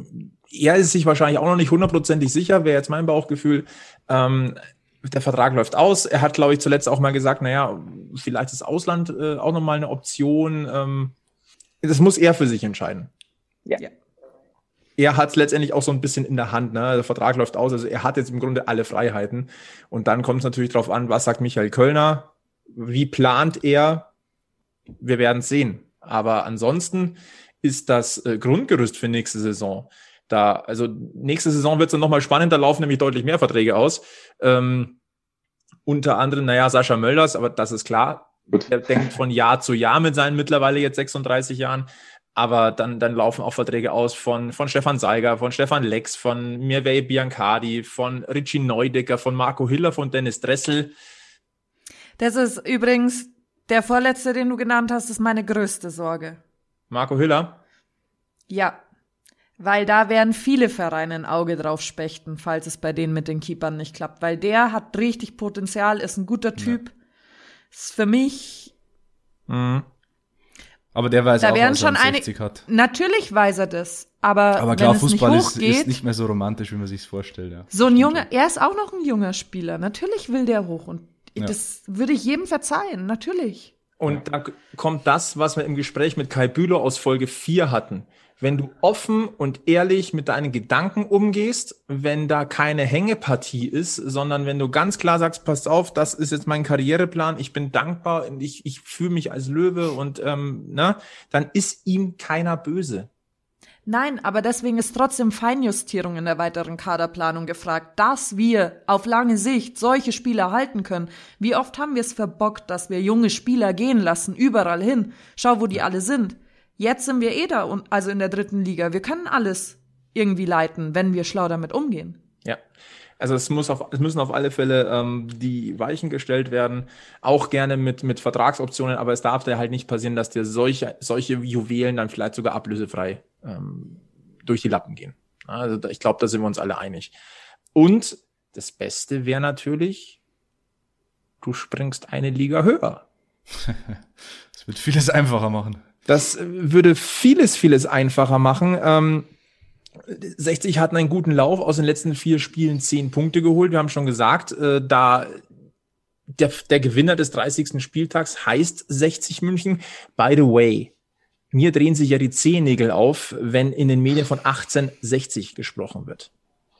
er ist sich wahrscheinlich auch noch nicht hundertprozentig sicher, wäre jetzt mein Bauchgefühl. Ähm, der Vertrag läuft aus. Er hat, glaube ich, zuletzt auch mal gesagt, naja, vielleicht ist Ausland äh, auch nochmal eine Option. Ähm, das muss er für sich entscheiden. Ja. Ja. Er hat es letztendlich auch so ein bisschen in der Hand. Ne? Der Vertrag läuft aus, also er hat jetzt im Grunde alle Freiheiten. Und dann kommt es natürlich drauf an, was sagt Michael Kölner? Wie plant er? Wir werden es sehen. Aber ansonsten ist das äh, Grundgerüst für nächste Saison da. Also nächste Saison wird es dann nochmal spannender laufen, nämlich deutlich mehr Verträge aus. Ähm, unter anderem, naja, Sascha Mölders, aber das ist klar. Gut. Er denkt von Jahr zu Jahr mit seinen mittlerweile jetzt sechsunddreißig Jahren. Aber dann, dann laufen auch Verträge aus von, von Stefan Seiger, von Stefan Lex, von Mirvei Biancardi, von Richie Neudecker, von Marco Hiller, von Dennis Dressel. Das ist übrigens der vorletzte, den du genannt hast, ist meine größte Sorge. Marco Hiller? Ja, weil da werden viele Vereine ein Auge drauf spechten, falls es bei denen mit den Keepern nicht klappt. Weil der hat richtig Potenzial, ist ein guter Typ. Ist für mich, Mhm. Aber der weiß da auch, werden was er schon um eine, sechzig hat. natürlich weiß er das, aber, Aber klar, wenn es Fußball nicht ist, hochgeht, ist nicht mehr so romantisch, wie man sich's vorstellt. Ja. so ein junger, er ist auch noch ein junger Spieler, natürlich will der hoch und Ja. das würde ich jedem verzeihen, natürlich. Und da k- kommt das, was wir im Gespräch mit Kai Bühler aus Folge vier hatten. Wenn du offen und ehrlich mit deinen Gedanken umgehst, wenn da keine Hängepartie ist, sondern wenn du ganz klar sagst, passt auf, das ist jetzt mein Karriereplan, ich bin dankbar und ich, ich fühle mich als Löwe und ähm, na, dann ist ihm keiner böse. Nein, aber deswegen ist trotzdem Feinjustierung in der weiteren Kaderplanung gefragt, dass wir auf lange Sicht solche Spieler halten können. Wie oft haben wir es verbockt, dass wir junge Spieler gehen lassen, überall hin. Schau, wo die alle sind. Jetzt sind wir eh da, und also in der dritten Liga. Wir können alles irgendwie leiten, wenn wir schlau damit umgehen. Ja, also es muss auf, es müssen auf alle Fälle ähm, die Weichen gestellt werden, auch gerne mit mit Vertragsoptionen, aber es darf dir halt nicht passieren, dass dir solche solche Juwelen dann vielleicht sogar ablösefrei ähm, durch die Lappen gehen. Also da- ich glaube, da sind wir uns alle einig. Und das Beste wäre natürlich, du springst eine Liga höher. Das wird vieles einfacher machen. Das würde vieles, vieles einfacher machen. Ähm, sechzig hatten einen guten Lauf, aus den letzten vier Spielen zehn Punkte geholt. Wir haben schon gesagt, äh, da der, der Gewinner des dreißigsten Spieltags heißt sechzig München. By the way, mir drehen sich ja die Zehennägel auf, wenn in den Medien von achtzehn sechzig gesprochen wird.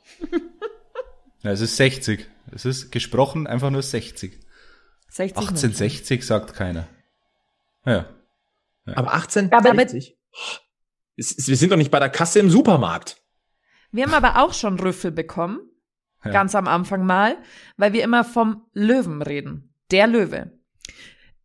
Ja, es ist sechzig. Es ist gesprochen einfach nur sechzig. sechzig achtzehn sechzig sagt keiner. Ja. Aber achtzehn Aber- sechzig? Es- es- Wir sind doch nicht bei der Kasse im Supermarkt. Wir haben aber auch schon Rüffel bekommen, Ja. ganz am Anfang mal, weil wir immer vom Löwen reden. Der Löwe.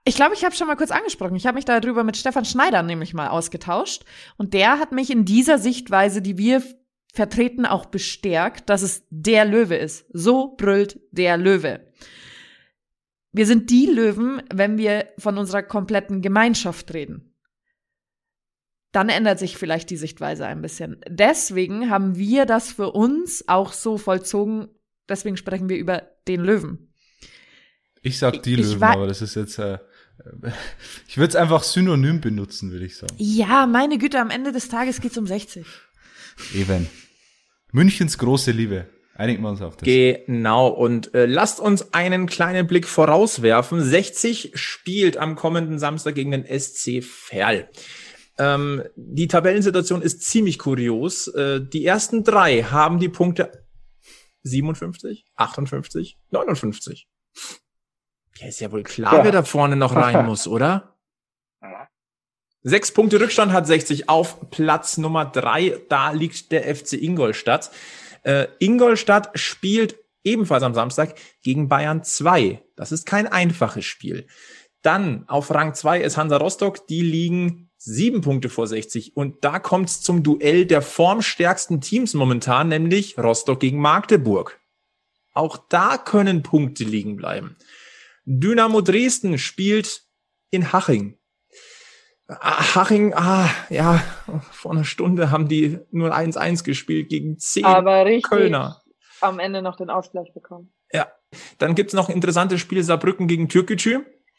Ich glaube, ich habe schon mal kurz angesprochen. Ich habe mich darüber mit Stefan Schneider nämlich mal ausgetauscht. Und der hat mich in dieser Sichtweise, die wir vertreten, auch bestärkt, dass es der Löwe ist. So brüllt der Löwe. Wir sind die Löwen, wenn wir von unserer kompletten Gemeinschaft reden. Dann ändert sich vielleicht die Sichtweise ein bisschen. Deswegen haben wir das für uns auch so vollzogen. Deswegen sprechen wir über den Löwen. Ich sag die ich, Löwen, ich war, aber das ist jetzt, äh, ich würde es einfach synonym benutzen, würde ich sagen. Ja, meine Güte, am Ende des Tages geht's um sechzig. Eben. Münchens große Liebe. Einigen wir uns auf das. Genau, und äh, lasst uns einen kleinen Blick vorauswerfen. sechzig spielt am kommenden Samstag gegen den S C Verl. Ähm, die Tabellensituation ist ziemlich kurios. Äh, die ersten drei haben die Punkte siebenundfünfzig, achtundfünfzig, neunundfünfzig. Ja, ist ja wohl klar, ja, wer da vorne noch rein muss, oder? Sechs Punkte Rückstand hat sechzig auf Platz Nummer drei. Da liegt der F C Ingolstadt. Äh, Ingolstadt spielt ebenfalls am Samstag gegen Bayern zwei. Das ist kein einfaches Spiel. Dann auf Rang zwei ist Hansa Rostock. Die liegen sieben Punkte vor sechzig. Und da kommt es zum Duell der formstärksten Teams momentan, nämlich Rostock gegen Magdeburg. Auch da können Punkte liegen bleiben. Dynamo Dresden spielt in Haching. Haching, ah, ja, vor einer Stunde haben die nur eins eins gespielt gegen zehn Aber richtig Kölner. Am Ende noch den Ausgleich bekommen. Ja, dann gibt's noch ein interessantes Spiel, Saarbrücken gegen Türkgücü.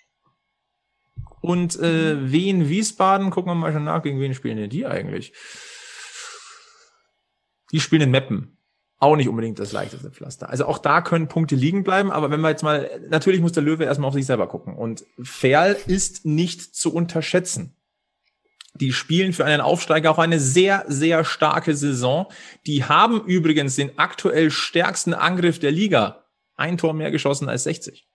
Und äh, Wien Wiesbaden, gucken wir mal schon nach, gegen wen spielen denn die eigentlich? Die spielen in Meppen. Auch nicht unbedingt das leichteste Pflaster. Also auch da können Punkte liegen bleiben, aber wenn wir jetzt mal, natürlich muss der Löwe erstmal auf sich selber gucken. Und Verl ist nicht zu unterschätzen. Die spielen für einen Aufsteiger auch eine sehr, sehr starke Saison. Die haben übrigens den aktuell stärksten Angriff der Liga. Ein Tor mehr geschossen als sechzig.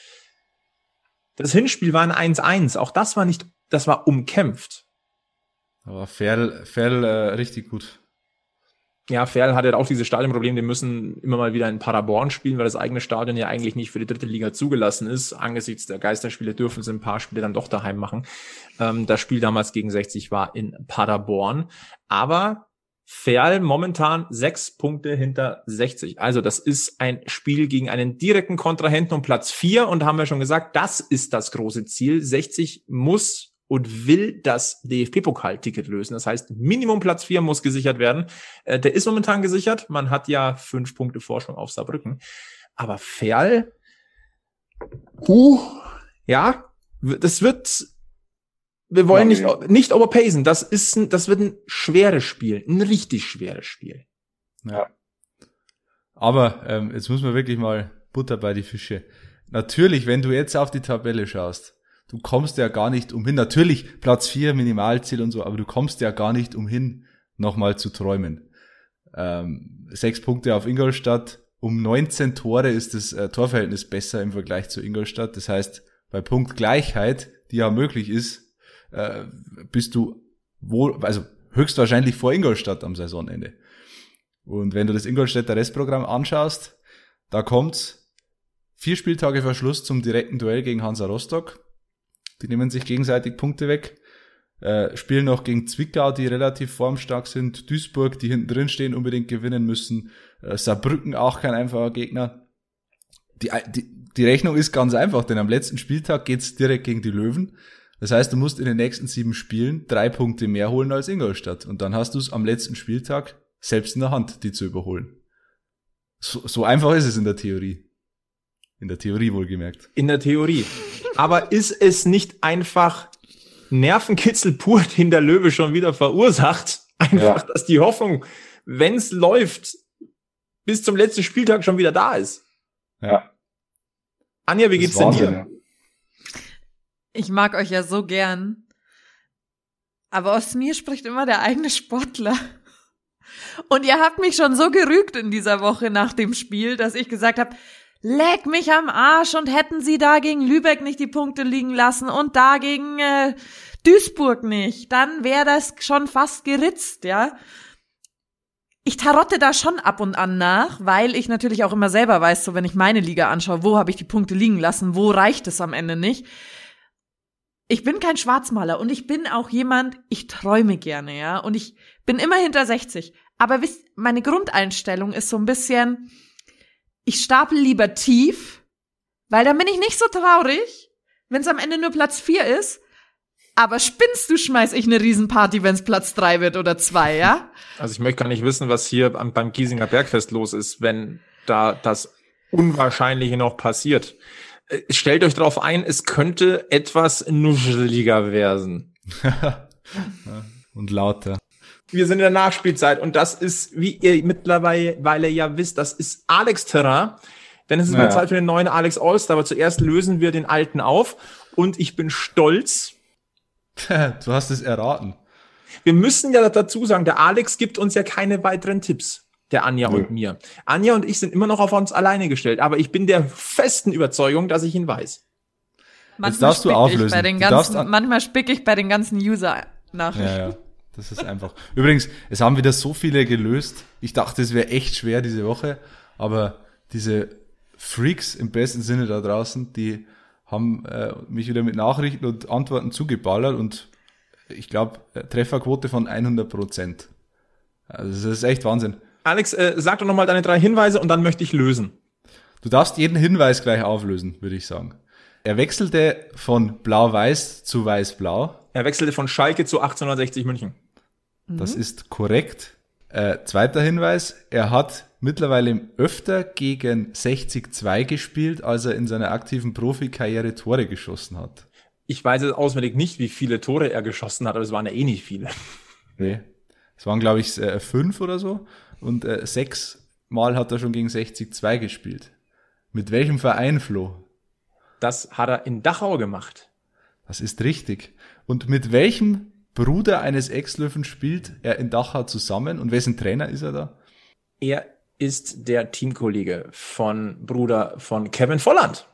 Das Hinspiel war ein eins eins. Auch das war nicht, das war umkämpft. Aber Verl, Verl äh, richtig gut. Ja, Verl hat ja auch dieses Stadionproblem, die müssen immer mal wieder in Paderborn spielen, weil das eigene Stadion ja eigentlich nicht für die dritte Liga zugelassen ist. Angesichts der Geisterspiele dürfen sie ein paar Spiele dann doch daheim machen. Ähm, das Spiel damals gegen sechzig war in Paderborn. Aber Verl momentan sechs Punkte hinter sechzig. Also das ist ein Spiel gegen einen direkten Kontrahenten um Platz vier. Und haben wir schon gesagt, das ist das große Ziel. sechzig muss und will das D F B-Pokal-Ticket lösen. Das heißt, Minimum Platz vier muss gesichert werden. Äh, der ist momentan gesichert. Man hat ja fünf Punkte Vorsprung auf Saarbrücken. Aber Verl, huh, ja, das wird, wir wollen nicht, nicht overpacen. Das ist ein, das wird ein schweres Spiel. Ein richtig schweres Spiel. Ja. Aber ähm, jetzt muss man wirklich mal Butter bei die Fische. Natürlich, wenn du jetzt auf die Tabelle schaust, du kommst ja gar nicht umhin, natürlich Platz vier, Minimalziel und so, aber du kommst ja gar nicht umhin, nochmal zu träumen. Ähm, sechs Punkte auf Ingolstadt, um neunzehn Tore ist das äh, Torverhältnis besser im Vergleich zu Ingolstadt. Das heißt, bei Punktgleichheit, die ja möglich ist, äh, bist du wohl, also höchstwahrscheinlich vor Ingolstadt am Saisonende. Und wenn du das Ingolstädter Restprogramm anschaust, da kommt's vier Spieltage vor Schluss zum direkten Duell gegen Hansa Rostock. Die nehmen sich gegenseitig Punkte weg, äh, spielen noch gegen Zwickau, die relativ formstark sind, Duisburg, die hinten drin stehen, unbedingt gewinnen müssen, äh, Saarbrücken auch kein einfacher Gegner. Die, die, die Rechnung ist ganz einfach, denn am letzten Spieltag geht's direkt gegen die Löwen. Das heißt, du musst in den nächsten sieben Spielen drei Punkte mehr holen als Ingolstadt. Und dann hast du es am letzten Spieltag selbst in der Hand, die zu überholen. So, so einfach ist es in der Theorie. In der Theorie wohlgemerkt. In der Theorie. Aber ist es nicht einfach Nervenkitzel pur, den der Löwe schon wieder verursacht? Einfach, ja, dass die Hoffnung, wenn's läuft, bis zum letzten Spieltag schon wieder da ist. Ja. Anja, wie geht's denn dir? Ich mag euch ja so gern. Aber aus mir spricht immer der eigene Sportler. Und ihr habt mich schon so gerügt in dieser Woche nach dem Spiel, dass ich gesagt habe, leck mich am Arsch, und hätten sie da gegen Lübeck nicht die Punkte liegen lassen und da gegen äh, Duisburg nicht, dann wäre das schon fast geritzt, ja. Ich tarotte da schon ab und an nach, weil ich natürlich auch immer selber weiß, so wenn ich meine Liga anschaue, wo habe ich die Punkte liegen lassen, wo reicht es am Ende nicht. ich bin kein Schwarzmaler und ich bin auch jemand, ich träume gerne, ja, und ich bin immer hinter sechzig. Aber wisst, meine Grundeinstellung ist so ein bisschen, ich stapel lieber tief, weil dann bin ich nicht so traurig, wenn es am Ende nur Platz vier ist. Aber spinnst du, schmeiß ich eine Riesenparty, wenn es Platz drei wird oder zwei, ja? Also ich möchte gar nicht wissen, was hier beim, beim Giesinger Bergfest los ist, wenn da das Unwahrscheinliche noch passiert. Äh, stellt euch darauf ein, es könnte etwas nuscheliger werden. Und lauter. Wir sind in der Nachspielzeit und das ist, wie ihr mittlerweile ja wisst, das ist Alex-Terrain. Denn es ist mal Ja. Zeit für den neuen Alex Allstar, aber zuerst lösen wir den alten auf und ich bin stolz. Du hast es erraten. Wir müssen ja dazu sagen, der Alex gibt uns ja keine weiteren Tipps, der Anja Nö. und mir. Anja und ich sind immer noch auf uns alleine gestellt, aber ich bin der festen Überzeugung, dass ich ihn weiß. Manchmal darfst du spick auflösen. Ich bei den Du ganzen, darfst an- manchmal spicke ich bei den ganzen User-Nachrichten. Ja, ja. Das ist einfach. Übrigens, es haben wieder so viele gelöst. Ich dachte, es wäre echt schwer diese Woche, aber diese Freaks im besten Sinne da draußen, die haben äh, mich wieder mit Nachrichten und Antworten zugeballert und ich glaube, Trefferquote von hundert Prozent. Also das ist echt Wahnsinn. Alex, äh, sag doch nochmal deine drei Hinweise und dann möchte ich lösen. Du darfst jeden Hinweis gleich auflösen, würde ich sagen. Er wechselte von Blau-Weiß zu Weiß-Blau. Er wechselte von Schalke zu achtzehnhundertsechzig München. Das ist korrekt. Äh, zweiter Hinweis, er hat mittlerweile öfter gegen sechzig zwei gespielt, als er in seiner aktiven Profikarriere Tore geschossen hat. Ich weiß jetzt auswendig nicht, wie viele Tore er geschossen hat, aber es waren ja eh nicht viele. Nee. Es waren, glaube ich, äh, fünf oder so. Und äh, sechs Mal hat er schon gegen sechzig zwei gespielt. Mit welchem Verein, Flo? Das hat er in Dachau gemacht. Das ist richtig. Und mit welchem Bruder eines Ex-Löwen spielt er in Dachau zusammen? Und wessen Trainer ist er da? Er ist der Teamkollege von Bruder von Kevin Volland.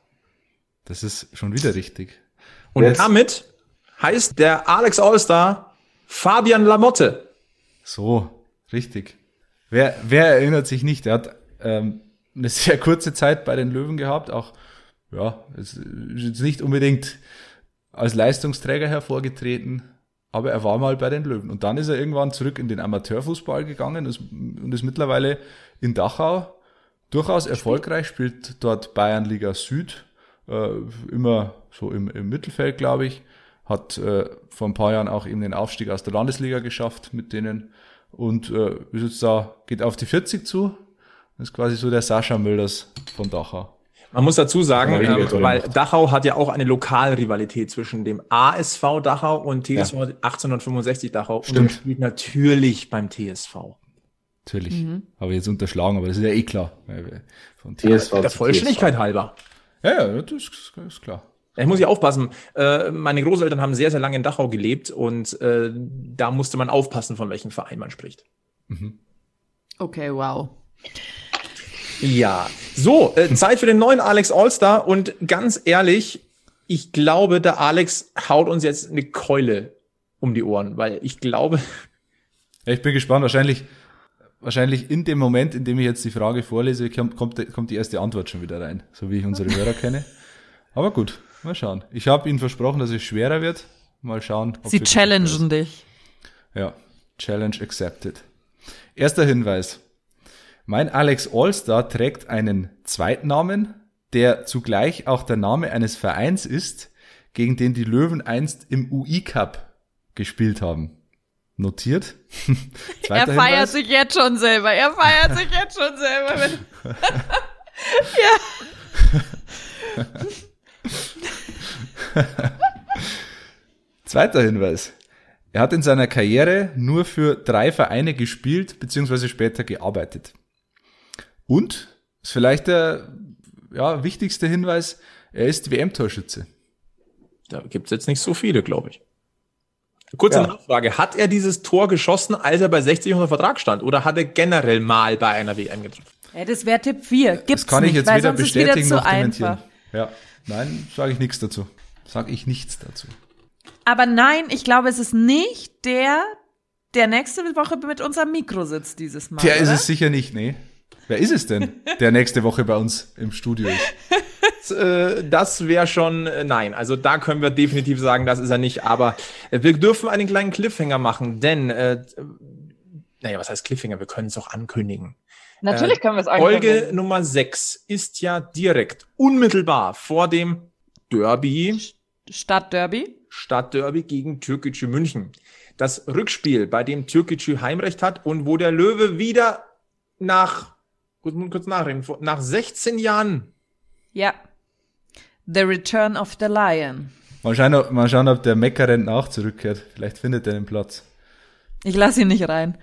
Das ist schon wieder richtig. Und Jetzt- damit heißt der Alex Allstar Fabian Lamotte. So, richtig. Wer, wer erinnert sich nicht? Er hat ähm, eine sehr kurze Zeit bei den Löwen gehabt, auch ja, es ist jetzt nicht unbedingt als Leistungsträger hervorgetreten, aber er war mal bei den Löwen. Und dann ist er irgendwann zurück in den Amateurfußball gegangen ist, und ist mittlerweile in Dachau durchaus erfolgreich, spielt dort Bayernliga Süd, äh, immer so im, im Mittelfeld, glaube ich. Hat äh, vor ein paar Jahren auch eben den Aufstieg aus der Landesliga geschafft mit denen und äh, ist jetzt da, geht auf die vierzig zu. Das ist quasi so der Sascha Mölders von Dachau. Man muss dazu sagen, Ja, weniger ähm, Tore weil macht. Dachau hat ja auch eine Lokalrivalität zwischen dem A S V Dachau und T S V achtzehnhundertfünfundsechzig Dachau. Und Stimmt. er spielt natürlich beim T S V. Natürlich. Habe ich jetzt unterschlagen, aber das ist ja eh klar. Von T S V Der zu Vollständigkeit halber. T S V. Ja, ja, das ist, das ist klar. Ich muss ja aufpassen. Äh, meine Großeltern haben sehr, sehr lange in Dachau gelebt und äh, da musste man aufpassen, von welchem Verein man spricht. Okay, wow. Ja, so, äh, Zeit für den neuen Alex Allstar und ganz ehrlich, ich glaube, der Alex haut uns jetzt eine Keule um die Ohren, weil ich glaube, Ja, ich bin gespannt. Wahrscheinlich, wahrscheinlich in dem Moment, in dem ich jetzt die Frage vorlese, kommt, kommt, kommt die erste Antwort schon wieder rein, so wie ich unsere Hörer kenne. Aber gut, mal schauen. Ich habe Ihnen versprochen, dass es schwerer wird. Mal schauen. ob Sie wirklich schwer ist. challengen dich. Ja, Challenge accepted. Erster Hinweis. Mein Alex Allstar trägt einen Zweitnamen, der zugleich auch der Name eines Vereins ist, gegen den die Löwen einst im U I-Cup gespielt haben. Notiert. Er Zweiter feiert Hinweis. sich jetzt schon selber. Er feiert sich jetzt schon selber. Wenn Zweiter Hinweis. Er hat in seiner Karriere nur für drei Vereine gespielt bzw. später gearbeitet. Und, ist vielleicht der ja, wichtigste Hinweis, er ist W M-Torschütze. da gibt's jetzt nicht so viele, glaube ich. Kurze Ja. Nachfrage, hat er dieses Tor geschossen, als er bei sechzig unter Vertrag stand oder hat er generell mal bei einer W M getroffen? ja, das wäre Tipp vier. Gibt's Das kann ich nicht, jetzt weil weder sonst ist wieder bestätigen zu noch dementieren. einfach. Ja, nein, sage ich nichts dazu. Sage ich nichts dazu. Aber nein, ich glaube, es ist nicht der, der nächste Woche mit uns am Mikro sitzt dieses Mal. Der ist oder? es sicher nicht, nee. Wer ist es denn, der nächste Woche bei uns im Studio ist? äh, das wäre schon, äh, nein, also da können wir definitiv sagen, das ist er nicht, aber äh, wir dürfen einen kleinen Cliffhanger machen, denn, äh, naja, was heißt Cliffhanger? Wir können es auch ankündigen. Natürlich können wir es Folge ankündigen. Nummer sechs ist ja direkt, unmittelbar vor dem Derby, Stadtderby. Stadtderby gegen Türkgücü München. Das Rückspiel, bei dem Türkgücü Heimrecht hat und wo der Löwe wieder nach, kurz, kurz nachreden, nach sechzehn Jahren. Ja. The Return of the Lion. Mal schauen, ob, mal schauen, ob der Meckerrentner auch zurückkehrt. Vielleicht findet er den Platz. Ich lasse ihn nicht rein.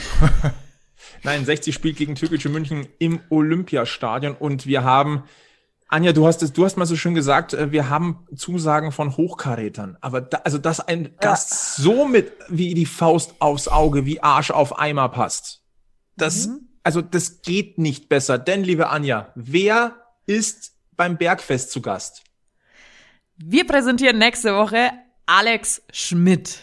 Nein, sechzig spielt gegen Türkgücü München im Olympiastadion und wir haben, Anja, du hast es, du hast mal so schön gesagt, wir haben Zusagen von Hochkarätern. Aber da, also, dass ein Gast so mit wie die Faust aufs Auge, wie Arsch auf Eimer passt. Das, mhm. also, das geht nicht besser. Denn, liebe Anja, wer ist beim Bergfest zu Gast? Wir präsentieren nächste Woche Alex Schmidt.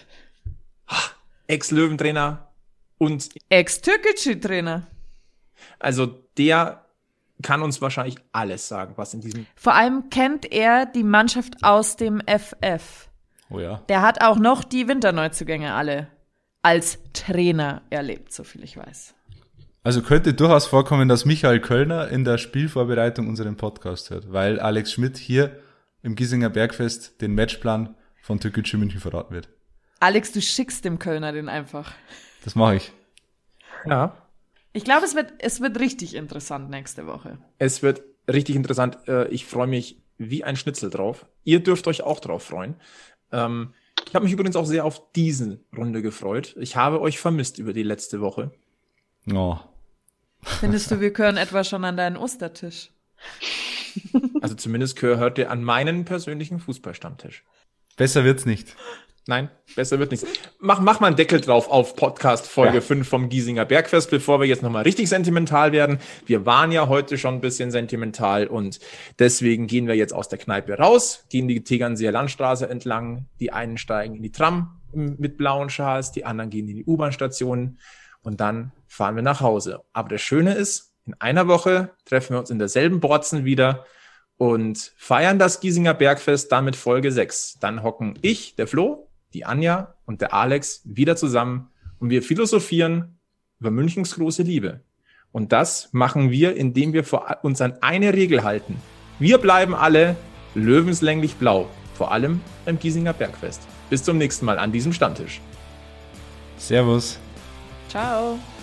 Ex-Löwentrainer und Ex-Türkgücü-Trainer. Also, der kann uns wahrscheinlich alles sagen, was in diesem... Vor allem kennt er die Mannschaft aus dem F F. Oh ja. Der hat auch noch die Winterneuzugänge alle als Trainer erlebt, so viel ich weiß. Also könnte durchaus vorkommen, dass Michael Kölner in der Spielvorbereitung unseren Podcast hört, weil Alex Schmidt hier im Giesinger Bergfest den Matchplan von Türkgücü München verraten wird. Alex, du schickst dem Kölner den einfach. Das mache ich. Ja. Ich glaube, es wird, es wird richtig interessant nächste Woche. Es wird richtig interessant. Ich freue mich wie ein Schnitzel drauf. Ihr dürft euch auch drauf freuen. Ich habe mich übrigens auch sehr auf diese Runde gefreut. Ich habe euch vermisst über die letzte Woche. Oh. Findest du, wir gehören etwa schon an deinen Ostertisch? Also zumindest gehört ihr an meinen persönlichen Fußballstammtisch. Besser wird's nicht. Nein, besser wird nichts. Mach, mach mal einen Deckel drauf auf Podcast Folge Ja. fünf vom Giesinger Bergfest, bevor wir jetzt nochmal richtig sentimental werden. Wir waren ja heute schon ein bisschen sentimental und deswegen gehen wir jetzt aus der Kneipe raus, gehen die Tegernseer Landstraße entlang. Die einen steigen in die Tram mit blauen Schals, die anderen gehen in die U-Bahn-Station und dann fahren wir nach Hause. Aber das Schöne ist, in einer Woche treffen wir uns in derselben Borzen wieder und feiern das Giesinger Bergfest damit Folge sechs. Dann hocken ich, der Flo, die Anja und der Alex wieder zusammen und wir philosophieren über Münchens große Liebe. Und das machen wir, indem wir vor uns an eine Regel halten. Wir bleiben alle löwenslänglich blau, vor allem beim Giesinger Bergfest. Bis zum nächsten Mal an diesem Stammtisch. Servus. Ciao.